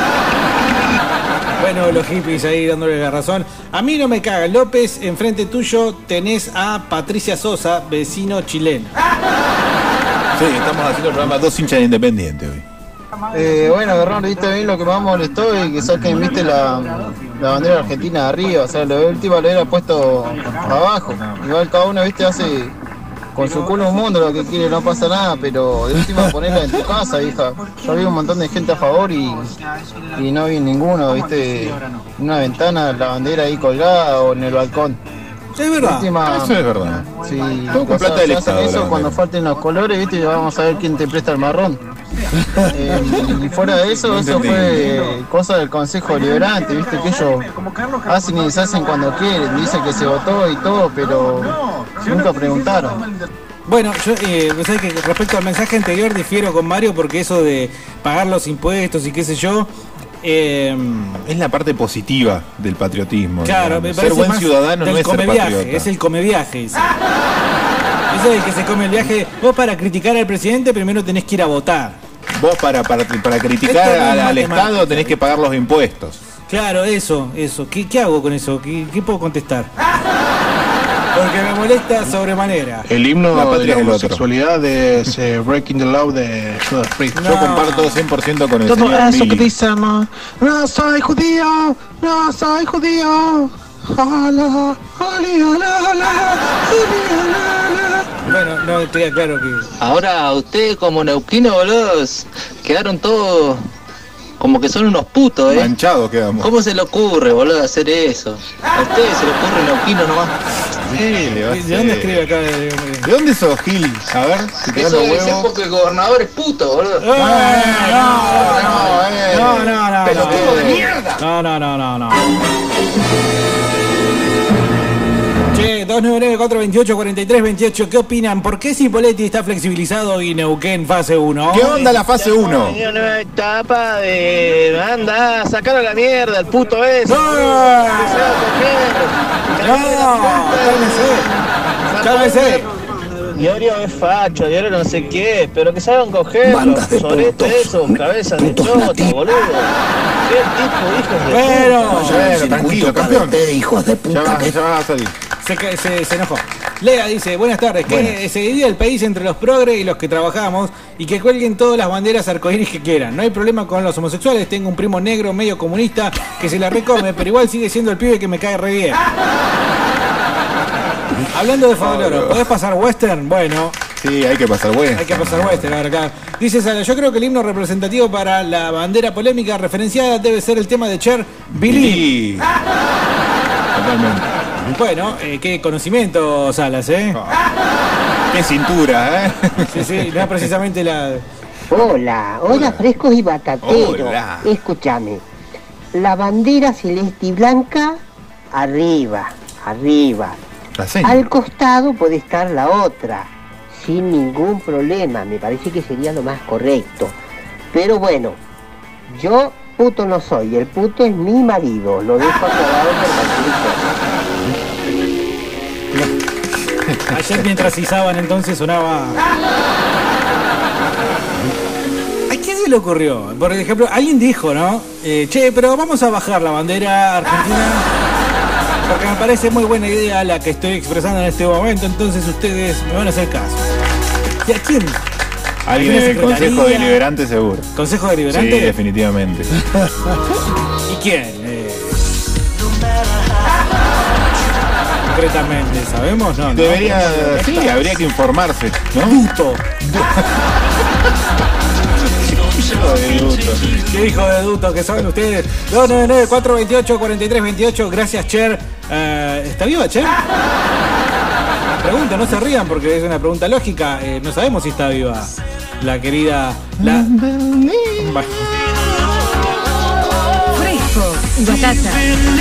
Bueno, los hippies ahí dándole la razón. A mí no me caga, López, enfrente tuyo tenés a Patricia Sosa, vecino chileno.
Sí, estamos haciendo el programa Dos Hinchas de Independiente hoy.
Eh, bueno, Guerrero, viste bien lo que más molestó y que saquen, viste, la, la bandera argentina de arriba. O sea, lo último lo hubiera puesto abajo. Igual cada uno, viste, hace con su culo un mundo lo que quiere, no pasa nada, pero de última ponerla en tu casa, hija. Yo vi un montón de gente a favor y, y no vi ninguno, viste, en una ventana la bandera ahí colgada o en el balcón.
Es verdad.
Última, eso es verdad.
Sí,
todo con plata del Estado.
Eso cuando falten los colores, viste, vamos a ver quién te presta el marrón. Eh, y fuera de eso, no eso fue cosa del Consejo Liberante, viste, que ellos hacen y deshacen cuando quieren, dicen que se votó y todo, pero nunca preguntaron.
Bueno, yo eh, ¿sabes que respecto al mensaje anterior difiero con Mario porque eso de pagar los impuestos y qué sé yo, Eh,
es la parte positiva del patriotismo.
Claro,
digamos.
me
Ser
parece
buen
más
ciudadano
del
no es ser
comeviaje,
patriota.
es el comeviaje. Ese. Ese es el que se come el viaje. Vos para criticar al presidente primero tenés que ir a votar.
Vos para, para, para criticar
Esto no es
al, al
matemática.
Estado tenés que pagar los impuestos.
Claro, eso, eso. ¿Qué, qué hago con eso? ¿Qué, qué puedo contestar? Porque me molesta sobremanera.
El himno
La patria
de la
del otro.
homosexualidad es eh, Breaking the Law de Judas Priest.
Yo comparto cien por ciento con el
Todo
señor
eso que
Billy.
dicen, no, no soy judío, no soy judío. Ala, ali, ala, ala, ali, ala, ala.
Bueno, no, queda claro que...
Ahora ustedes como neuquinos, boludos, quedaron todos como que son unos putos, ¿eh?
Manchados quedamos.
¿Cómo se le ocurre, boludo, hacer eso? A ustedes se le ocurre neuquinos nomás.
Sí, le va a
¿De
hacer.
dónde escribe acá? De,
¿De dónde sos, Gil? A ver, si te dan
Eso
los
debe ser
huevos.
porque el gobernador es puto, boludo.
No, no, no, no.
¡Pelotudo de mierda!
No, no, no, no, no. Che, dos nueve nueve, cuatro dos ocho, cuatro tres dos ocho, ¿qué opinan? ¿Por qué Cipolletti está flexibilizado y Neuquén fase uno?
¿Qué onda la fase uno?
Una nueva etapa de anda, sacar a la mierda, el puto ese.
¡No! ¡No! ¡Cálmese! ¡Cálmese!
Diorio es facho, Diorio no sé qué, pero que saben cogerlo.
Bandas de
Sobre
putos.
eso, cabeza de
Putos
chota,
nativos.
boludo. ¿Qué tipo, hijos de
Bueno,
puta?
Bueno, tranquilo, campeón.
Cabete, hijos de
Ya
puta.
va,
que-
ya va a salir.
Se, ca- se, se enojó. Lea dice, buenas tardes, que
Buenas.
se divide el país entre los progres y los que trabajamos y que cuelguen todas las banderas arcoíris que quieran. No hay problema con los homosexuales, tengo un primo negro medio comunista que se la recome, pero igual sigue siendo el pibe que me cae re bien. Hablando de Favaloro, ¿podés pasar western? Bueno,
Sí, hay que pasar bueno.
hay que pasar western ahora acá. Dice Sara, yo creo que el himno representativo para la bandera polémica referenciada debe ser el tema de Cher, Billy.
Billy. Totalmente.
Bueno, eh, qué conocimiento, Salas, ¿eh?
Qué cintura, ¿eh?
Sí, sí, no es precisamente la...
Hola, hola frescos y batateros.
Hola.
Escúchame. La bandera celeste y blanca, arriba, arriba.
La seña.
Al costado puede estar la otra, sin ningún problema. Me parece que sería lo más correcto. Pero bueno, yo puto no soy, el puto es mi marido. Lo dejo aclarado por cualquier cosa.
Ayer mientras izaban entonces sonaba... ¿A quién se le ocurrió? Por ejemplo, alguien dijo, ¿no? Eh, che, pero vamos a bajar la bandera argentina porque me parece muy buena idea la que estoy expresando en este momento, entonces ustedes me van a hacer caso. ¿Y a quién?
Alguien en el Consejo Deliberante seguro.
¿Consejo Deliberante?
Sí, definitivamente.
¿Y quién? Eh... Concretamente, ¿sabemos? No, no.
Debería, sí, habría que informarse, ¿no?
Duto.
Hijo de Duto.
¿Qué hijo de Duto que son ustedes? dos nueve nueve, cuatro dos ocho, cuatro tres dos ocho. Gracias, Cher. Eh, ¿Está viva, Cher? Pregunta, no se rían porque es una pregunta lógica. Eh, no sabemos si está viva la querida... La...
Fresco y batata.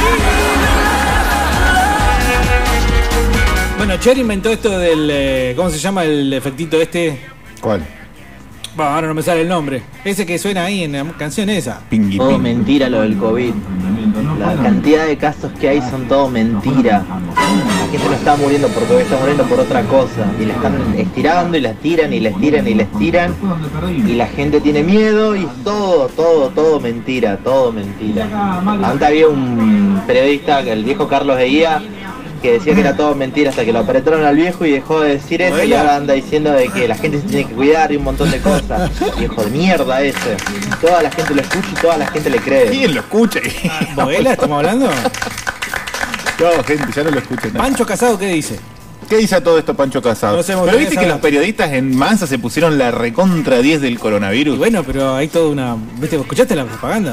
Bueno, Cher inventó esto del... eh, ¿cómo se llama el efectito este?
¿Cuál?
Bueno, ahora no me sale el nombre. Ese que suena ahí en la canción esa.
Pingui,
Todo
pingui.
mentira lo del COVID. La cantidad de casos que hay son todo mentira. La gente no está muriendo por COVID, está muriendo por otra cosa. Y la están estirando y la tiran y la estiran y la estiran. Y la gente tiene miedo y todo, todo, todo mentira, todo mentira. Antes había un periodista, el viejo Carlos Eguía, que decía que era todo mentira hasta que lo apretaron al viejo y dejó de decir eso y ahora anda diciendo de que la gente se tiene que cuidar y un montón de cosas. Viejo de mierda ese. Toda la gente lo escucha y toda la gente le cree.
¿Quién lo escucha?
¿Boguela estamos hablando?
No, gente, ya no lo escuchan.
Pancho Casado, ¿qué dice?
¿Qué dice a todo esto Pancho Casado?
No sé,
pero
ustedes
viste que
saben.
los periodistas en masa se pusieron la recontra diez del coronavirus.
Y bueno, pero hay toda una... ¿Viste? ¿Escuchaste la propaganda?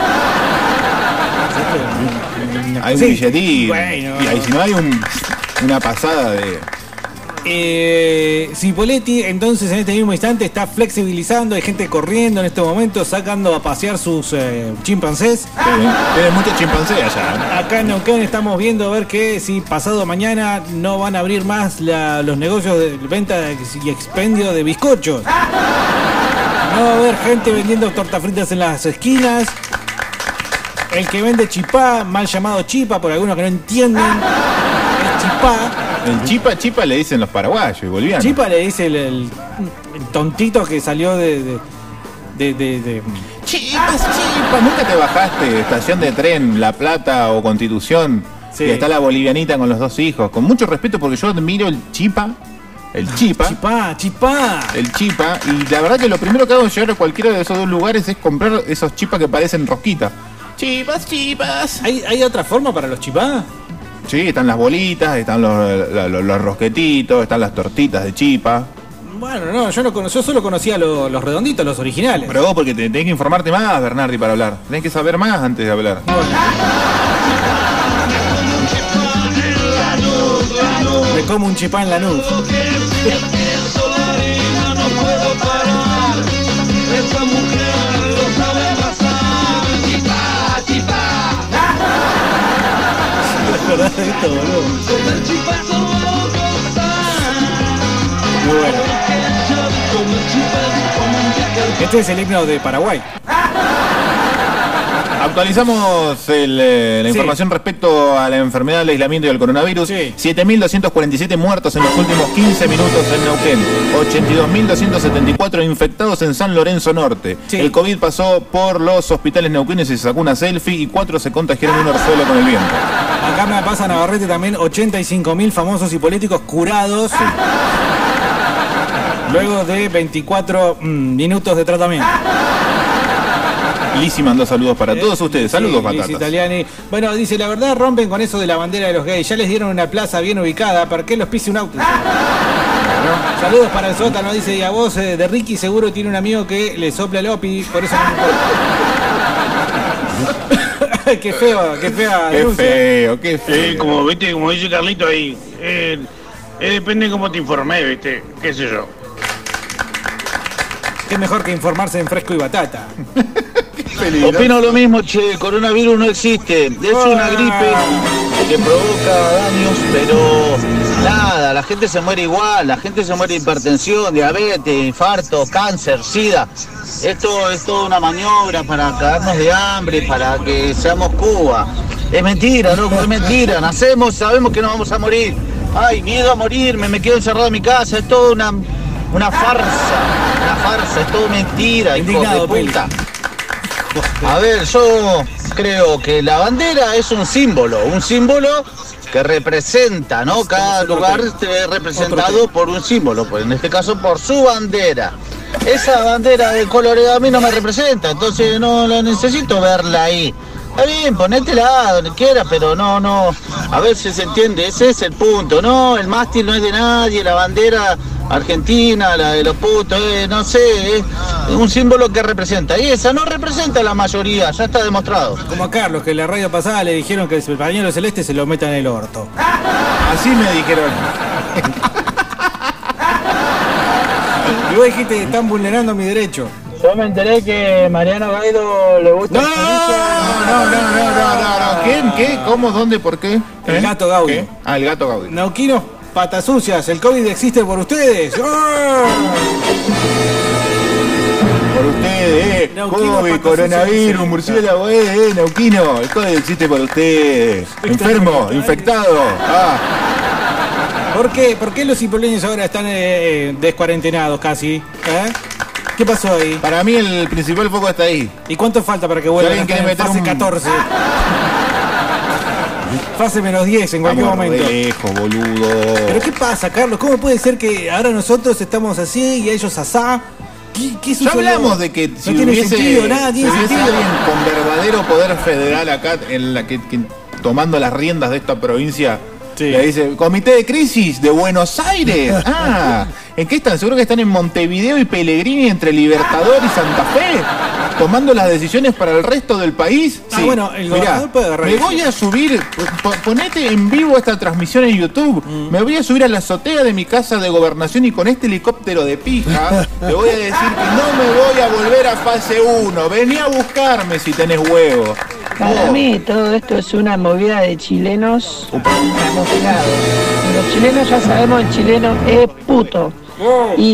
Hay un
Sí.
billetín.
Bueno.
Y ahí si no hay un, una pasada de...
Eh, Cipolletti entonces en este mismo instante está flexibilizando, hay gente corriendo en este momento, sacando a pasear sus eh, chimpancés.
Tiene mucho chimpancé allá.
Acá en Neuquén estamos viendo a ver que si pasado mañana no van a abrir más la- los negocios de venta y expendio de bizcochos. No va a haber gente vendiendo tortas fritas en las esquinas. El que vende chipá, mal llamado chipa, por algunos que no entienden, es chipá.
El chipa, chipa le dicen los paraguayos y bolivianos.
Chipa le dice el, el, el tontito que salió de... de, de, de, de...
Chipas, chipas. ¿Nunca te bajaste estación de tren, La Plata o Constitución? Sí. Y está la bolivianita con los dos hijos. Con mucho respeto porque yo admiro el chipa. El chipa.
Chipá, chipá.
El chipa. Y la verdad que lo primero que hago al llegar a cualquiera de esos dos lugares es comprar esos chipas que parecen rosquitas. Chipas, chipas.
¿Hay, ¿Hay otra forma para los chipá?
Sí, están las bolitas, están los, los, los rosquetitos, están las tortitas de chipa.
Bueno, no, yo, no cono- yo solo conocía lo- los redonditos, los originales.
Pero vos porque te, tenés que informarte más, Bernardi, para hablar. Tenés que saber más antes de hablar.
Me como un chipá en la nube. Esto, boludo. Muy bueno. Este es el himno de Paraguay.
Actualizamos el, eh, la
Sí.
información respecto a la enfermedad, al aislamiento y al coronavirus.
Sí.
siete mil doscientos cuarenta y siete muertos en los últimos quince minutos en Neuquén. ochenta y dos mil doscientos setenta y cuatro infectados en San Lorenzo Norte.
Sí.
El COVID pasó por los hospitales neuquenes y se sacó una selfie y cuatro se contagiaron en un orzuelo con el viento.
Acá me pasa Navarrete también, ochenta y cinco mil famosos y políticos curados. Sí. Luego de veinticuatro mm, minutos de tratamiento.
Lizzy mandó saludos para todos ustedes. Saludos,
Sí,
batatas.
Lizzy Italiani. Bueno, dice, la verdad rompen con eso de la bandera de los gays. Ya les dieron una plaza bien ubicada. ¿Para qué los pise un auto? Saludos para el sótano, dice, y a vos eh, de Ricky seguro tiene un amigo que le sopla el opi, por eso no me importa. Qué feo, qué fea
Qué
denuncia.
feo, qué feo.
Eh, como, viste, como dice Carlito ahí, eh, eh, depende de cómo te informé, viste, qué sé yo.
Qué mejor que informarse en Fresco y Batata.
Opino lo mismo, che, el coronavirus no existe, es una gripe que provoca daños, pero nada, la gente se muere igual, la gente se muere de hipertensión, diabetes, infarto, cáncer, sida. Esto es toda una maniobra para cagarnos de hambre, para que seamos Cuba. Es mentira, loco, es mentira, nacemos, sabemos que nos vamos a morir. Ay, miedo a morirme, me quedo encerrado en mi casa, es toda una, una farsa, una farsa, es todo mentira, hijo de puta. A ver, yo creo que la bandera es un símbolo, un símbolo que representa, ¿no? Cada lugar esté representado por un símbolo, pues en este caso por su bandera. Esa bandera de colores a mí no me representa, entonces no la necesito verla ahí. Está bien, ponétela donde quieras, pero no, no, a ver si se entiende, ese es el punto, ¿no? El mástil no es de nadie, la bandera argentina, la de los putos, eh, no sé, es un símbolo que representa, y esa no representa a la mayoría, ya está demostrado.
Como a Carlos, que en la radio pasada le dijeron que el pañuelo celeste se lo meta en el orto.
Así me dijeron.
Y vos dijiste que están vulnerando mi derecho.
Yo me enteré que Mariano Gaido le gusta...
No, no, no, no, no, no, no. ¿Quién? ¿Qué? ¿Cómo? ¿Dónde? ¿Por qué?
El
¿Eh?
gato Gaudi.
¿Qué? Ah, el gato Gaudi.
Nauquinos, patas sucias, el COVID existe por ustedes. ¡Oh!
Por ustedes, eh.
Nauquino,
COVID,
patas
coronavirus,
sucias,
murciélago, eh, eh, Nauquino. El COVID existe por ustedes. Enfermo, infectado. Ah.
¿Por qué? ¿Por qué los hipoleños ahora están eh, eh, descuarentenados casi? ¿Eh? ¿Qué pasó ahí?
Para mí el principal foco está ahí.
¿Y cuánto falta para que vuelvan a
alguien
estar
quiere
en
meter
fase
un-
catorce? Fase menos diez en cualquier
Vamos
momento.
de lejos, boludo.
¿Pero qué pasa, Carlos? ¿Cómo puede ser que ahora nosotros estamos así y ellos asá? ¿Qué, qué
Ya
sucedió?
hablamos de que si
no tiene
hubiese,
sentido, nada
si
tiene
hubiese
sentido.
alguien con verdadero poder federal acá, en la que, que- tomando las riendas de esta provincia, le dice, Comité de Crisis de Buenos Aires. Ah, ¿en qué están? Seguro que están en Montevideo y Pellegrini entre Libertador y Santa Fe, tomando las decisiones para el resto del país.
Ah, bueno, el gobernador puede agarrar
me
eso.
voy a subir, po- ponete en vivo esta transmisión en YouTube.
Mm.
Me voy a subir a la azotea de mi casa de gobernación y con este helicóptero de pija le voy a decir que no me voy a volver a fase uno. Vení a buscarme si tenés huevo.
Para
Oh.
mí todo esto es una movida de chilenos camuflados. Los chilenos ya sabemos, el chileno es puto. Y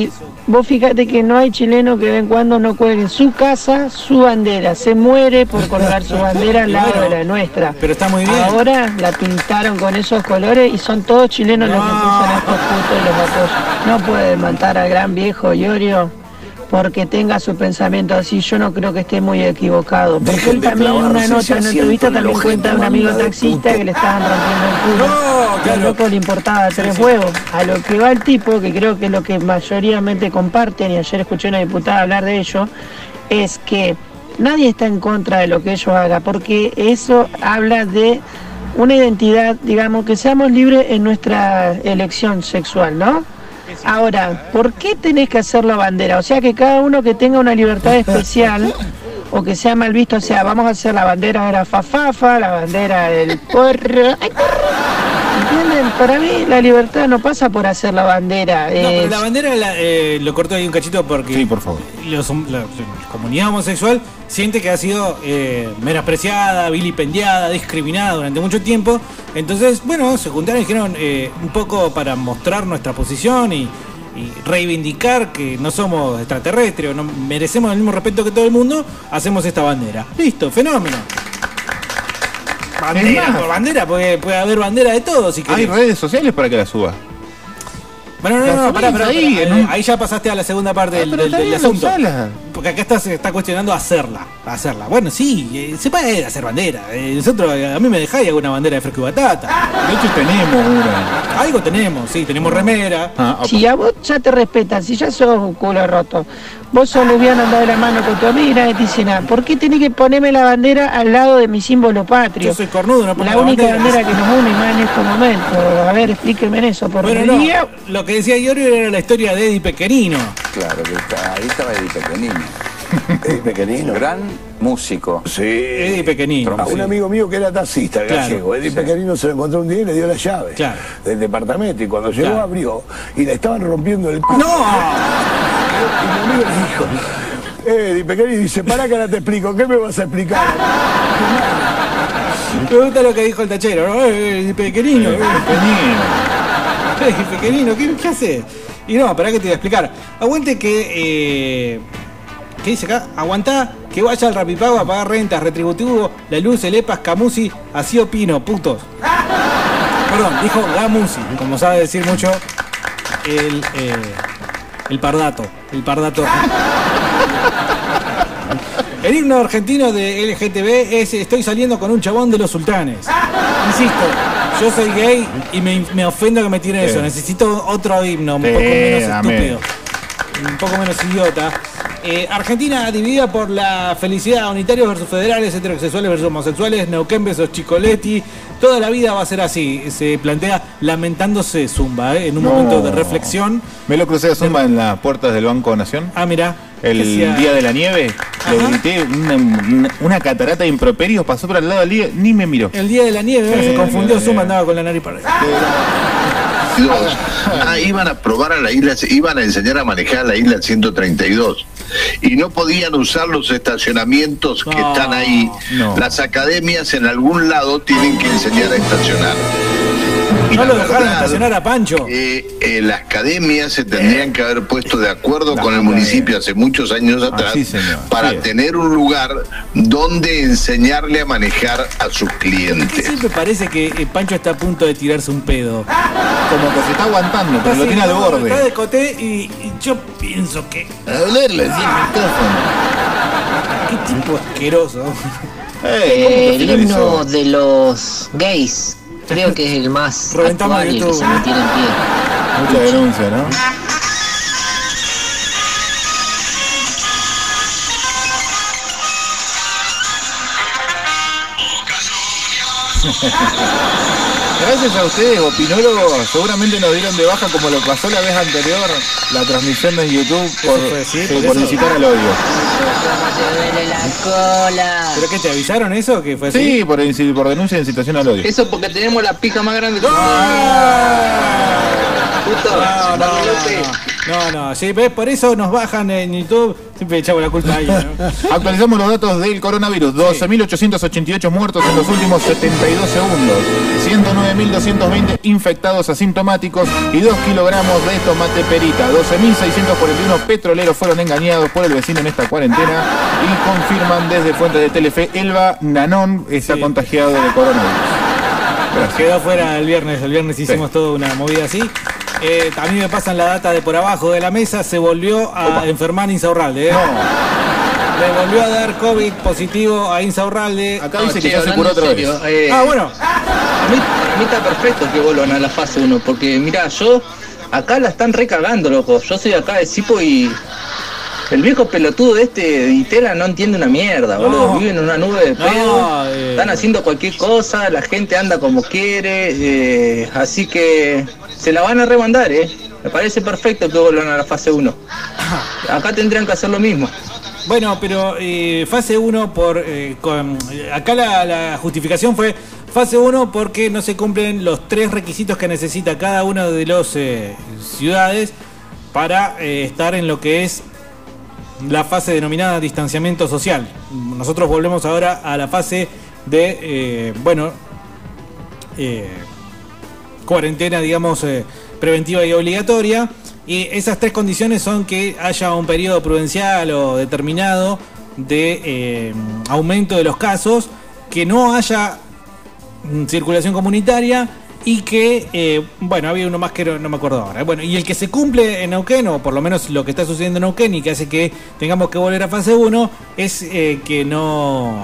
vos fíjate que no hay chileno que de vez en cuando no cuelgue en su casa su bandera. Se muere por colgar su bandera al lado de la nuestra.
Pero está muy bien.
Ahora la pintaron con esos colores y son todos chilenos no. los que puso estos putos y los apoyos. No pueden matar al gran viejo Iorio porque tenga su pensamiento así. Yo no creo que esté muy equivocado. Porque
Dejen
él
de
también en una nota, en una entrevista, también cuenta de un amigo taxista que le estaban rompiendo el culo.
No,
que al loco le importaba tres sí, huevos. Sí. A lo que va el tipo, que creo que es lo que mayoritariamente comparten, y ayer escuché a una diputada hablar de ello, es que nadie está en contra de lo que ellos hagan, porque eso habla de una identidad, digamos, que seamos libres en nuestra elección sexual, ¿no? Ahora, ¿por qué tenés que hacer la bandera? O sea, que cada uno que tenga una libertad especial o que sea mal visto, o sea, vamos a hacer la bandera de la fafafa, la bandera del porro. ¿Entienden? Para mí la libertad no pasa por hacer la bandera.
No,
es...
pero la bandera la, eh, lo cortó ahí un cachito porque
sí, por favor.
Los, la, la comunidad homosexual siente que ha sido eh, menospreciada, vilipendiada, discriminada durante mucho tiempo. Entonces, bueno, se juntaron y dijeron eh, un poco para mostrar nuestra posición y, y reivindicar que no somos extraterrestres o no merecemos el mismo respeto que todo el mundo, hacemos esta bandera. Listo, fenómeno. Bandera por bandera, porque puede haber bandera de todo si querés.
Hay redes sociales para que la suba.
Bueno, no, no, no, pará, pará, ahí, pará, ahí, ahí ya pasaste a la segunda parte del, del, del asunto.
Usala.
Porque acá está, se está cuestionando hacerla, hacerla. Bueno, sí, eh, se puede hacer bandera. Eh, nosotros, a mí me dejáis alguna bandera de fresco y batata.
De hecho tenemos una.
Algo tenemos, sí, tenemos remera.
Ah, okay. Si a vos ya te respetan, si ya sos un culo roto, vos sos lesbiano, andás de la mano con tu amiga y nadie te dice nada. ¿Por qué tenés que ponerme la bandera al lado de mi símbolo patrio?
Yo soy cornudo, no pongo
la única bandera. bandera que nos une más en este momento. A ver, explíqueme en eso, por
bueno, no, lo que decía Iorio era la historia de Eddie Pequenino.
Claro, que está, ahí estaba Eddie Pequenino. Eddie Pequenino. Gran músico.
Sí.
Eddie Pequenino.
A un
sí.
amigo mío que era taxista,
claro,
gallego. Eddie sí. Pequenino se lo encontró un día y le dio la llave
claro.
del departamento. Y cuando llegó
claro.
abrió y le estaban rompiendo el culo.
¡No!
Y mi amigo le dijo, Eddie Pequenino dice, pará que ahora te explico. ¿Qué me vas a explicar?
Me gusta lo que dijo el tachero, ¿no? Eddie Pequenino. Eddie Pequenino. Eddie Pequenino, ¿qué, qué hace? Y no, pará que te voy a explicar. Aguante que... Eh, ¿qué dice acá? Aguantá que vaya al Rapipago a pagar rentas, retributivo, la luz, el EPAS, Camusi, así opino, putos. Perdón, dijo Gamusi, como sabe decir mucho el, eh, el pardato. El pardato. El himno argentino de L G T B es Estoy saliendo con un chabón de los sultanes. Insisto, yo soy gay y me, me ofendo que me tiren sí. eso. Necesito otro himno, un sí, poco menos estúpido. Un poco menos idiota. Eh, Argentina dividida por la felicidad, unitarios versus federales, heterosexuales versus homosexuales, Neuquén versus Chicoletti. Toda la vida va a ser así. Se plantea lamentándose Zumba, ¿eh? En un no. momento de reflexión.
Me lo crucé a Zumba de... en las puertas del Banco Nación.
Ah, mira.
El sea... día de la nieve, ajá, le grité una, una, una catarata de improperios, pasó por al lado del día, ni me miró.
El día de la nieve, sí, se confundió, Zumba andaba con la nariz para arriba.
Los, ah, iban a probar a la isla, iban a enseñar a manejar la isla ciento treinta y dos y no podían usar los estacionamientos que no, están ahí. No. Las academias en algún lado tienen que enseñar a estacionar.
Y no lo dejaron verdad, estacionar a Pancho.
Eh, eh, las academias se tendrían que haber puesto de acuerdo no, con el municipio hace muchos años atrás sí, para sí. tener un lugar donde enseñarle a manejar a sus clientes.
Siempre parece que Pancho está a punto de tirarse un pedo.
Como que se está aguantando, pero está lo tiene al borde.
Está de coté y, y yo pienso que...
Hablarle así el micrófono.
Qué tipo asqueroso.
Eh, el himno de los gays. Creo que es el más actual y el que se mantiene en pie.
Mucha denuncia, ¿no? Gracias a ustedes, opinólogos, seguramente nos dieron de baja como lo pasó la vez anterior, la transmisión de YouTube por, fue, sí, por, por incitar al odio.
La cola.
¿Pero qué, te avisaron eso? Que fue así?
Sí, por, por denuncia de incitación al odio.
Eso porque tenemos la pija más grande que...
¡No!
¡Puto!
No, no, no, no. No, no, sí, ¿ves? Por eso nos bajan en YouTube. Siempre echamos la culpa ahí, ¿no?
Actualizamos los datos del coronavirus. doce mil ochocientos ochenta y ocho muertos en los últimos setenta y dos segundos. ciento nueve mil doscientos veinte infectados asintomáticos y dos kilogramos de tomate perita. doce mil seiscientos cuarenta y uno petroleros fueron engañados por el vecino en esta cuarentena y confirman desde fuentes de Telefe, Elba Nanón está sí. contagiado de coronavirus.
Gracias. Quedó fuera el viernes. El viernes hicimos sí. toda una movida así. Eh, a mí me pasan la data de por abajo de la mesa. Se volvió a Opa. enfermar Insaurralde. ¿eh? No. Le volvió a dar COVID positivo a Insaurralde.
Acá
no,
dice
che,
que ya se curó otra vez.
Eh,
ah, bueno.
A mí, a mí está perfecto que vuelvan a la fase uno. Porque, mirá, yo... Acá la están recagando, loco. Yo soy acá de Sipo y... El viejo pelotudo de este de Itela no entiende una mierda, no. boludo. Viven en una nube de pedo. No, eh. Están haciendo cualquier cosa, la gente anda como quiere. Eh, así que se la van a remandar, ¿eh? Me parece perfecto que vuelvan a la fase uno. Acá tendrían que hacer lo mismo.
Bueno, pero eh, fase uno por... Eh, con, acá la, la justificación fue fase uno porque no se cumplen los tres requisitos que necesita cada una de las eh, ciudades para eh, estar en lo que es la fase denominada distanciamiento social. Nosotros volvemos ahora a la fase de, eh, bueno, eh, cuarentena, digamos, eh, preventiva y obligatoria. Y esas tres condiciones son que haya un periodo prudencial o determinado de eh, aumento de los casos, que no haya circulación comunitaria y que, eh, bueno, había uno más que no, no me acuerdo ahora. Bueno, y el que se cumple en Neuquén, o por lo menos lo que está sucediendo en Neuquén y que hace que tengamos que volver a fase uno, es eh, que no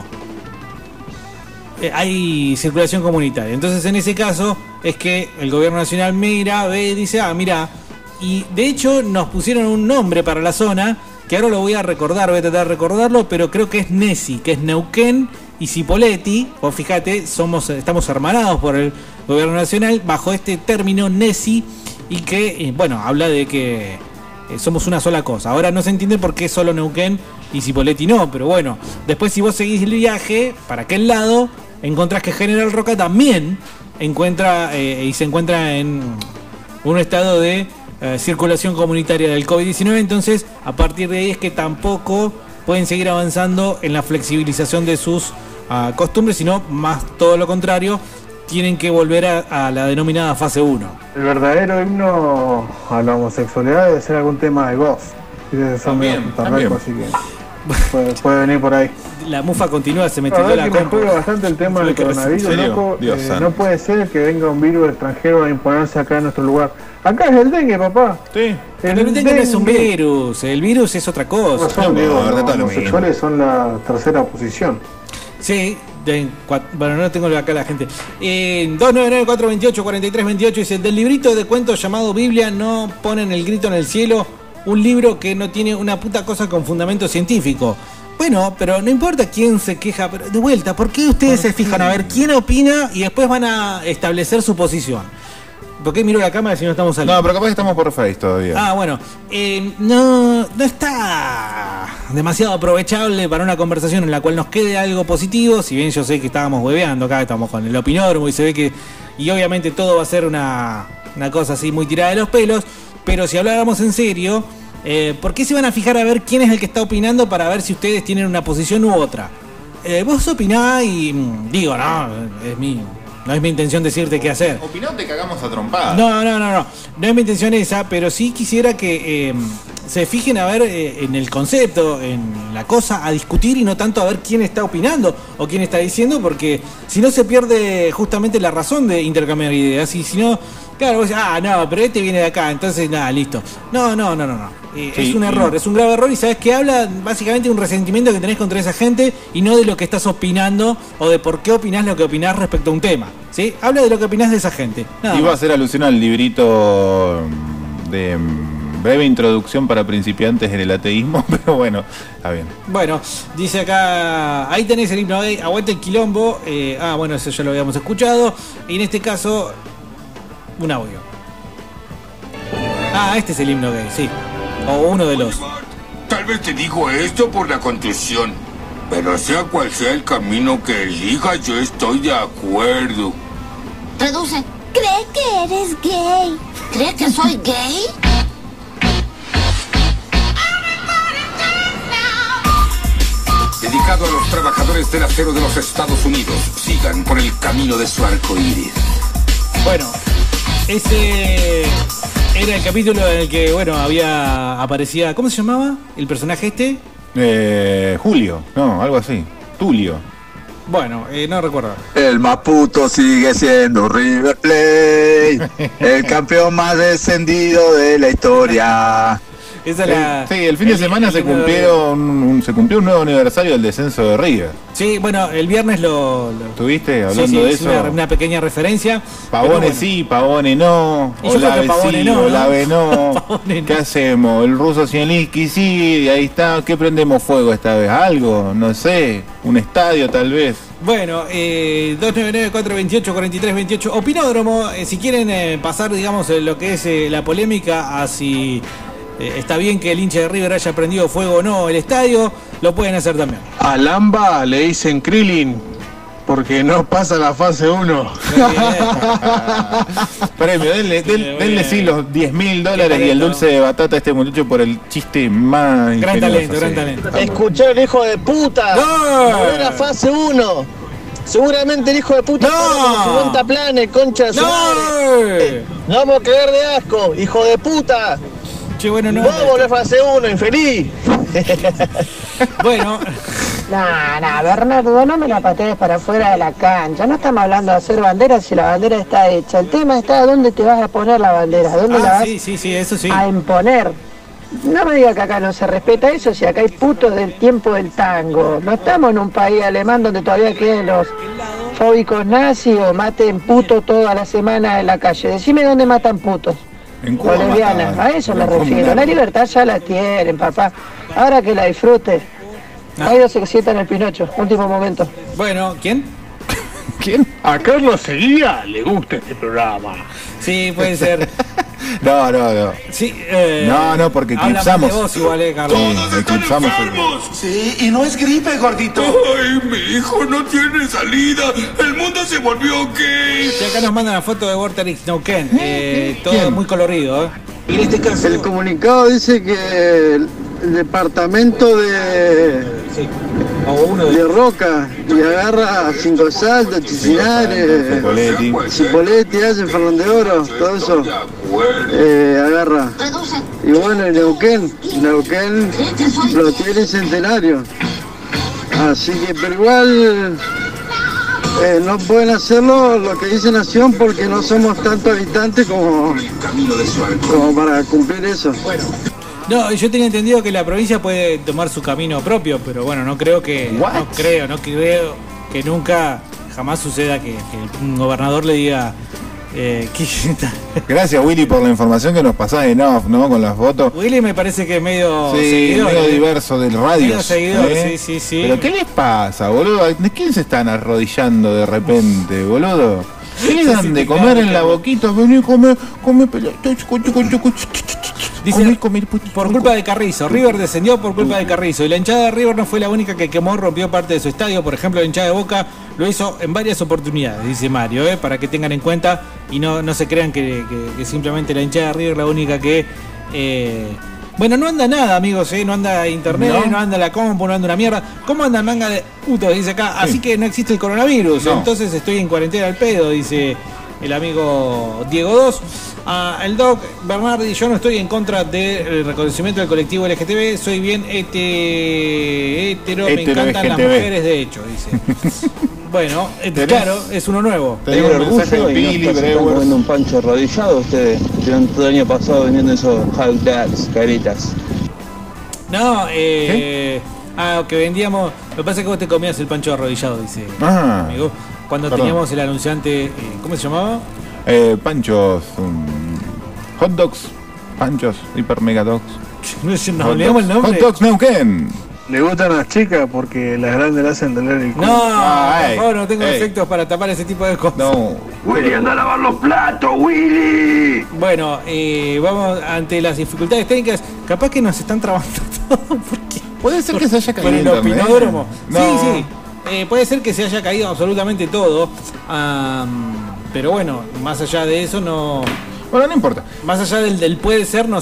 eh, hay circulación comunitaria. Entonces, en ese caso, es que el gobierno nacional mira, ve y dice, ah, mira, y de hecho nos pusieron un nombre para la zona, que ahora lo voy a recordar, voy a tratar de recordarlo, pero creo que es Nesi, que es Neuquén y Cipolletti. Vos fíjate, somos, estamos hermanados por el gobierno nacional bajo este término Nesi, y que, bueno, habla de que eh, somos una sola cosa. Ahora no se entiende por qué solo Neuquén y Cipolletti no, pero bueno, después si vos seguís el viaje para aquel lado, encontrás que General Roca también encuentra eh, y se encuentra en un estado de eh, circulación comunitaria del COVID diecinueve. Entonces, a partir de ahí es que tampoco pueden seguir avanzando en la flexibilización de sus uh, costumbres, sino más todo lo contrario, tienen que volver a, a la denominada fase uno.
El verdadero himno a la homosexualidad debe ser algún tema de Ghost.
También, también.
Así que puede, puede venir por ahí.
La mufa continúa, se metió
la,
la
que me juega bastante el tema del coronavirus, loco. Eh, no puede ser que venga un virus extranjero a imponerse acá en nuestro lugar. Acá es el dengue, papá.
Sí. El, el dengue, dengue no es un virus, el virus es otra cosa.
No son, no, digo, no, los homosexuales son la tercera posición.
Sí, de, bueno, no tengo acá la gente. Eh, dos nueve nueve, cuatro dos ocho, cuatro tres dos ocho dice: del librito de cuentos llamado Biblia no ponen el grito en el cielo, un libro que no tiene una puta cosa con fundamento científico. Bueno, pero no importa quién se queja, pero de vuelta, ¿por qué ustedes se fijan a ver quién opina y después van a establecer su posición? ¿Por qué miro la cámara si no estamos saliendo?
No, pero capaz que estamos por Face todavía.
Ah, bueno, eh, no, no está demasiado aprovechable para una conversación en la cual nos quede algo positivo. Si bien yo sé que estábamos hueveando acá, estamos con el opinódromo y se ve que, y obviamente todo va a ser una, una cosa así muy tirada de los pelos, pero si habláramos en serio, eh, ¿por qué se van a fijar a ver quién es el que está opinando para ver si ustedes tienen una posición u otra? Eh, vos opinás y digo, no, es mi... No es mi intención decirte qué hacer.
Opinó te cagamos a trompadas.
No, no, no, no. No es mi intención esa, pero sí quisiera que eh, se fijen a ver eh, en el concepto, en la cosa a discutir y no tanto a ver quién está opinando o quién está diciendo, porque si no se pierde justamente la razón de intercambiar ideas. Y si no, claro, vos decís, ah, no, pero este viene de acá, entonces nada, listo. No, no, no, no, no. Eh, sí, es un error, sí. Es un grave error y sabes que habla básicamente de un resentimiento que tenés contra esa gente y no de lo que estás opinando o de por qué opinás lo que opinás respecto a un tema, ¿sí? Habla de lo que opinás de esa gente.
Nada Iba más. a hacer alusión al librito de breve introducción para principiantes en el ateísmo, pero bueno, está bien.
Bueno, dice acá, ahí tenés el himno gay, aguanta el quilombo. Eh, ah, bueno, eso ya lo habíamos escuchado. Y en este caso, un audio. Ah, este es el himno gay, sí. O uno de los.
Tal vez te digo esto por la contusión, pero sea cual sea el camino que elijas, yo estoy de acuerdo.
Traduce. ¿Cree que eres gay? ¿Cree que soy gay?
dedicado a los trabajadores del acero de los Estados Unidos. Sigan por el camino de su arco iris.
Bueno, ese era el capítulo en el que, bueno, había aparecía, ¿cómo se llamaba el personaje este?
Eh, Julio, no, algo así. Tulio.
Bueno, eh, no recuerdo.
El Maputo sigue siendo River Plate, el campeón más descendido de la historia.
Esa es la,
sí, el fin de semana se cumplieron un, se cumplió un nuevo aniversario del descenso de River.
Sí, bueno, el viernes lo... lo...
¿Estuviste hablando
sí, sí,
de
es
eso?
Una, una pequeña referencia.
Pavone
bueno.
sí, Pavone no.
Y yo creo que Pavone
sí,
no, ¿no?
Olave no.
Pavone no.
¿Qué hacemos? El ruso Zielinski sí, y ahí está. ¿Qué prendemos fuego esta vez? ¿Algo? No sé. ¿Un estadio tal vez?
Bueno, eh, dos nueve nueve, cuatro dos ocho, cuatro tres dos ocho. Opinódromo, eh, si quieren eh, pasar, digamos, eh, lo que es eh, la polémica a si... Eh, está bien que el hincha de River haya prendido fuego o no el estadio, lo pueden hacer también.
A Lamba le dicen Krillin porque no pasa la fase uno.
Premio, denle, denle, denle sí los diez mil dólares y el dulce de batata a este muchacho por el chiste más
gran
ingenioso,
talento,
sí.
gran talento.
Escuché el hijo de puta.
¡No!
No era fase uno. Seguramente el hijo de puta
¡No!
con cincuenta planes, concha de su
¡No!
madre. No vamos a caer de asco, hijo de puta.
Che, bueno, no.
Vos volvés fase uno, infeliz.
Bueno.
Nah, nah, Bernardo, no me la patees para afuera de la cancha. No estamos hablando de hacer banderas si la bandera está hecha. El tema está dónde te vas a poner la bandera, dónde
Ah,
la vas
sí, sí, sí, eso sí.
a imponer. No me diga que acá no se respeta eso, si acá hay putos del tiempo del tango. No estamos en un país alemán donde todavía queden los fóbicos nazis o maten putos toda la semana en la calle. Decime dónde matan putos.
En Cuba
Bolivianas,
mataban.
a eso me
En Cuba
refiero.
mataban.
La libertad ya la tienen, papá. Ahora que la disfrute. Ahí se sienta en el Pinocho, último momento.
Bueno, ¿quién?
¿Quién?
A Carlos Seguía le gusta este programa.
Sí, puede ser.
No, no, no.
Sí, eh,
No, no, porque
habla
eclipsamos.
mal de vos igual, eh, Carlos.
Sí, eclipsamos.
Sí, y no es gripe, gordito. Ay, mi hijo no tiene salida. El mundo se volvió gay.
Y acá nos mandan la foto de Walter X Neuquén. Eh, todo
¿Quién?
muy colorido, ¿eh?
Y en este caso,
El comunicado dice que el, el departamento de, de Roca y agarra Cinco Saltos, Chicinares,
Cipoletti.
Cipoletti, hace Fernández de Oro, todo eso, eh, agarra. Y bueno, en Neuquén, Neuquén lo tiene Centenario. Así que, pero igual eh, no pueden hacerlo lo que dice Nación porque no somos tantos habitantes como, como para cumplir eso.
No, yo tenía entendido que la provincia puede tomar su camino propio, pero bueno, no creo que.
What?
No creo, no creo que nunca, jamás suceda que, que un gobernador le diga. Eh, que,
Gracias, Willy, por la información que nos pasás en off, ¿no? Con las fotos.
Willy me parece que es medio.
Sí,
seguidor,
medio
¿eh?
diverso del radio.
Medio seguidor, sí, sí, sí.
¿Pero qué les pasa, boludo? ¿De quién se están arrodillando de repente, boludo? ¿Qué les dan de comer en la boquita? Vení, come, come pelota.
Dice, por culpa de Carrizo, River descendió por culpa de Carrizo y la hinchada de River no fue la única que quemó, rompió parte de su estadio. Por ejemplo, la hinchada de Boca lo hizo en varias oportunidades, dice Mario, ¿eh? Para que tengan en cuenta y no, no se crean que, que, que simplemente la hinchada de River es la única que... Eh... Bueno, no anda nada, amigos, ¿eh? No anda internet, no, no anda la compu, no anda una mierda. ¿Cómo anda el manga de puto? Dice acá, así que no existe el coronavirus,
No.
entonces estoy en cuarentena al pedo, dice el amigo Diego dos. Ah, el Doc Bernardi, yo no estoy en contra del reconocimiento del colectivo L G T B, soy bien ete, hetero, me
Hetero
encantan las
L G T B.
mujeres de hecho, dice. Bueno, eh, claro, es uno nuevo.
Tengo un mensaje de Pili Breuer.
comiendo un pancho arrodillado ustedes. Estuvieron todo el año pasado vendiendo esos hot dogs, caritas.
No, eh... Ah, que vendíamos... Lo que pasa es que vos te comías el pancho arrodillado, dice
Ah,
amigo. Cuando
perdón.
teníamos el anunciante... eh, ¿Cómo se llamaba?
Eh, panchos. um, hot dogs. Panchos. Hiper mega dogs.
No sé, nos
Hot
olvidamos el
dogs,
nombre.
Hot dogs Neuquén.
Le gustan las chicas porque las grandes le hacen doler el culo.
No,
Ah,
por
ey,
favor, no tengo
ey.
efectos para tapar ese tipo de cosas.
No.
Willy, anda a lavar los platos, Willy.
Bueno, eh, vamos ante las dificultades técnicas. Capaz que nos están trabando todo. Porque,
Puede ser que se haya
por
caído
el
internet.
opinódromo.
No.
Sí, sí. Eh, puede ser que se haya caído absolutamente todo. Am, pero bueno, más allá de eso, no.
Bueno, no importa.
Más allá del, del puede ser, no sé.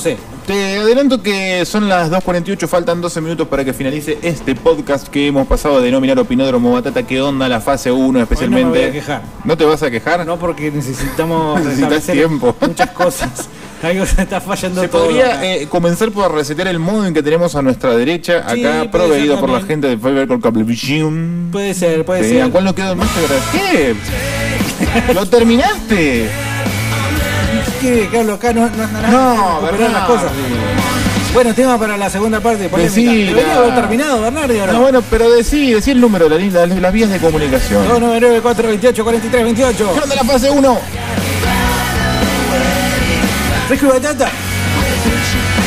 Te adelanto que son las dos cuarenta y ocho, faltan doce minutos para que finalice este podcast que hemos pasado a denominar Opinódromo Batata. ¿Qué onda la fase uno especialmente?
Hoy no me voy a quejar.
¿No te vas a quejar?
No, porque necesitamos
Necesitas tiempo.
Muchas cosas. Algo se está fallando
Se
todo.
podría eh, comenzar por resetear el modem que tenemos a nuestra derecha,
Sí,
acá
puede
proveído
ser
por la
también.
gente de Fiber con Cablevisión.
Puede ser, puede
Sí,
ser.
¿a cuál no quedó en Mastercard? ¿Qué? ¿Lo terminaste?
¿Qué, Carlos? Acá no, no es nada.
No,
recuperar
Bernardo.
las cosas. Bueno, tema para la segunda parte. Polémica.
Decila.
Debería haber terminado, Bernardo. ¿O no?
No, bueno, pero decí, decí el número, la, la- las vías de comunicación.
dos nueve nueve, cuatro dos ocho, cuatro tres dos ocho.
¿Qué onda la fase uno?
Fresco y batata.